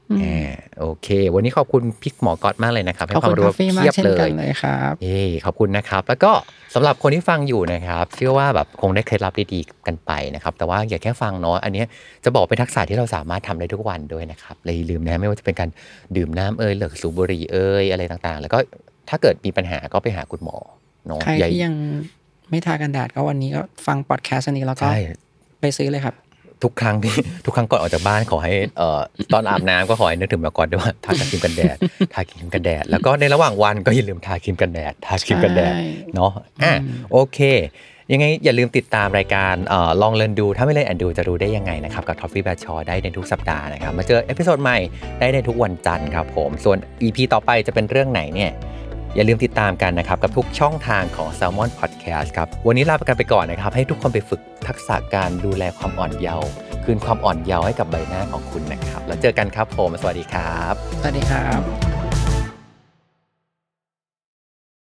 โอเควันนี้ขอบคุณพี่หมอก๊อตมากเลยนะครับให้ความรู้เพียบเลยครับขอบคุณนะครับแล้วก็สำหรับคนที่ฟังอยู่นะครับเชื่อว่าแบบคงได้เคล็ดลับดีๆกันไปนะครับแต่ว่าอย่าแค่ฟังเนาะอันนี้จะบอกเป็นทักษะที่เราสามารถทำได้ทุกวันด้วยนะครับเลยลืมนะไม่ว่าจะเป็นการดื่มน้ำเลิกสูบบุหรี่อะไรต่างๆแล้วก็ถ้าเกิดมีปัญหาก็ไปหาคุณหมอเนาะใครที่ยังไม่ทากันแดดก็วันนี้ก็ฟังพอดแคสต์อันนี้แล้วก็ไปซื้อเลยครับทุกครั้งก่อนออกจากบ้านขอให้ตอนอาบน้ำก็ขอให้นึกถึงมาก่อนด้วยว่าทาครีมกันแดดแล้วก็ในระหว่างวันก็อย่าลืมทาครีมกันแดดเนาะโอเคยังไงอย่าลืมติดตามรายการลองเรียนดูถ้าไม่เล่นแอนดูจะรู้ได้ยังไงนะครับกับ Coffee Bear Shop ได้ในทุกสัปดาห์นะครับมาเจอเอพิโซดใหม่ได้ในทุกวันจันทร์ครับผมส่วน EP ต่อไปจะเป็นเรื่องไหนเนี่ยอย่าลืมติดตามกันนะครับกับทุกช่องทางของ Salmon Podcast ครับวันนี้ลาไปก่อนนะครับให้ทุกคนไปฝึกทักษะการดูแลความอ่อนเยาว์คืนความอ่อนเยาว์ให้กับใบหน้าของคุณนะครับแล้วเจอกันครับผมสวัสดีครับสวัสดีครับ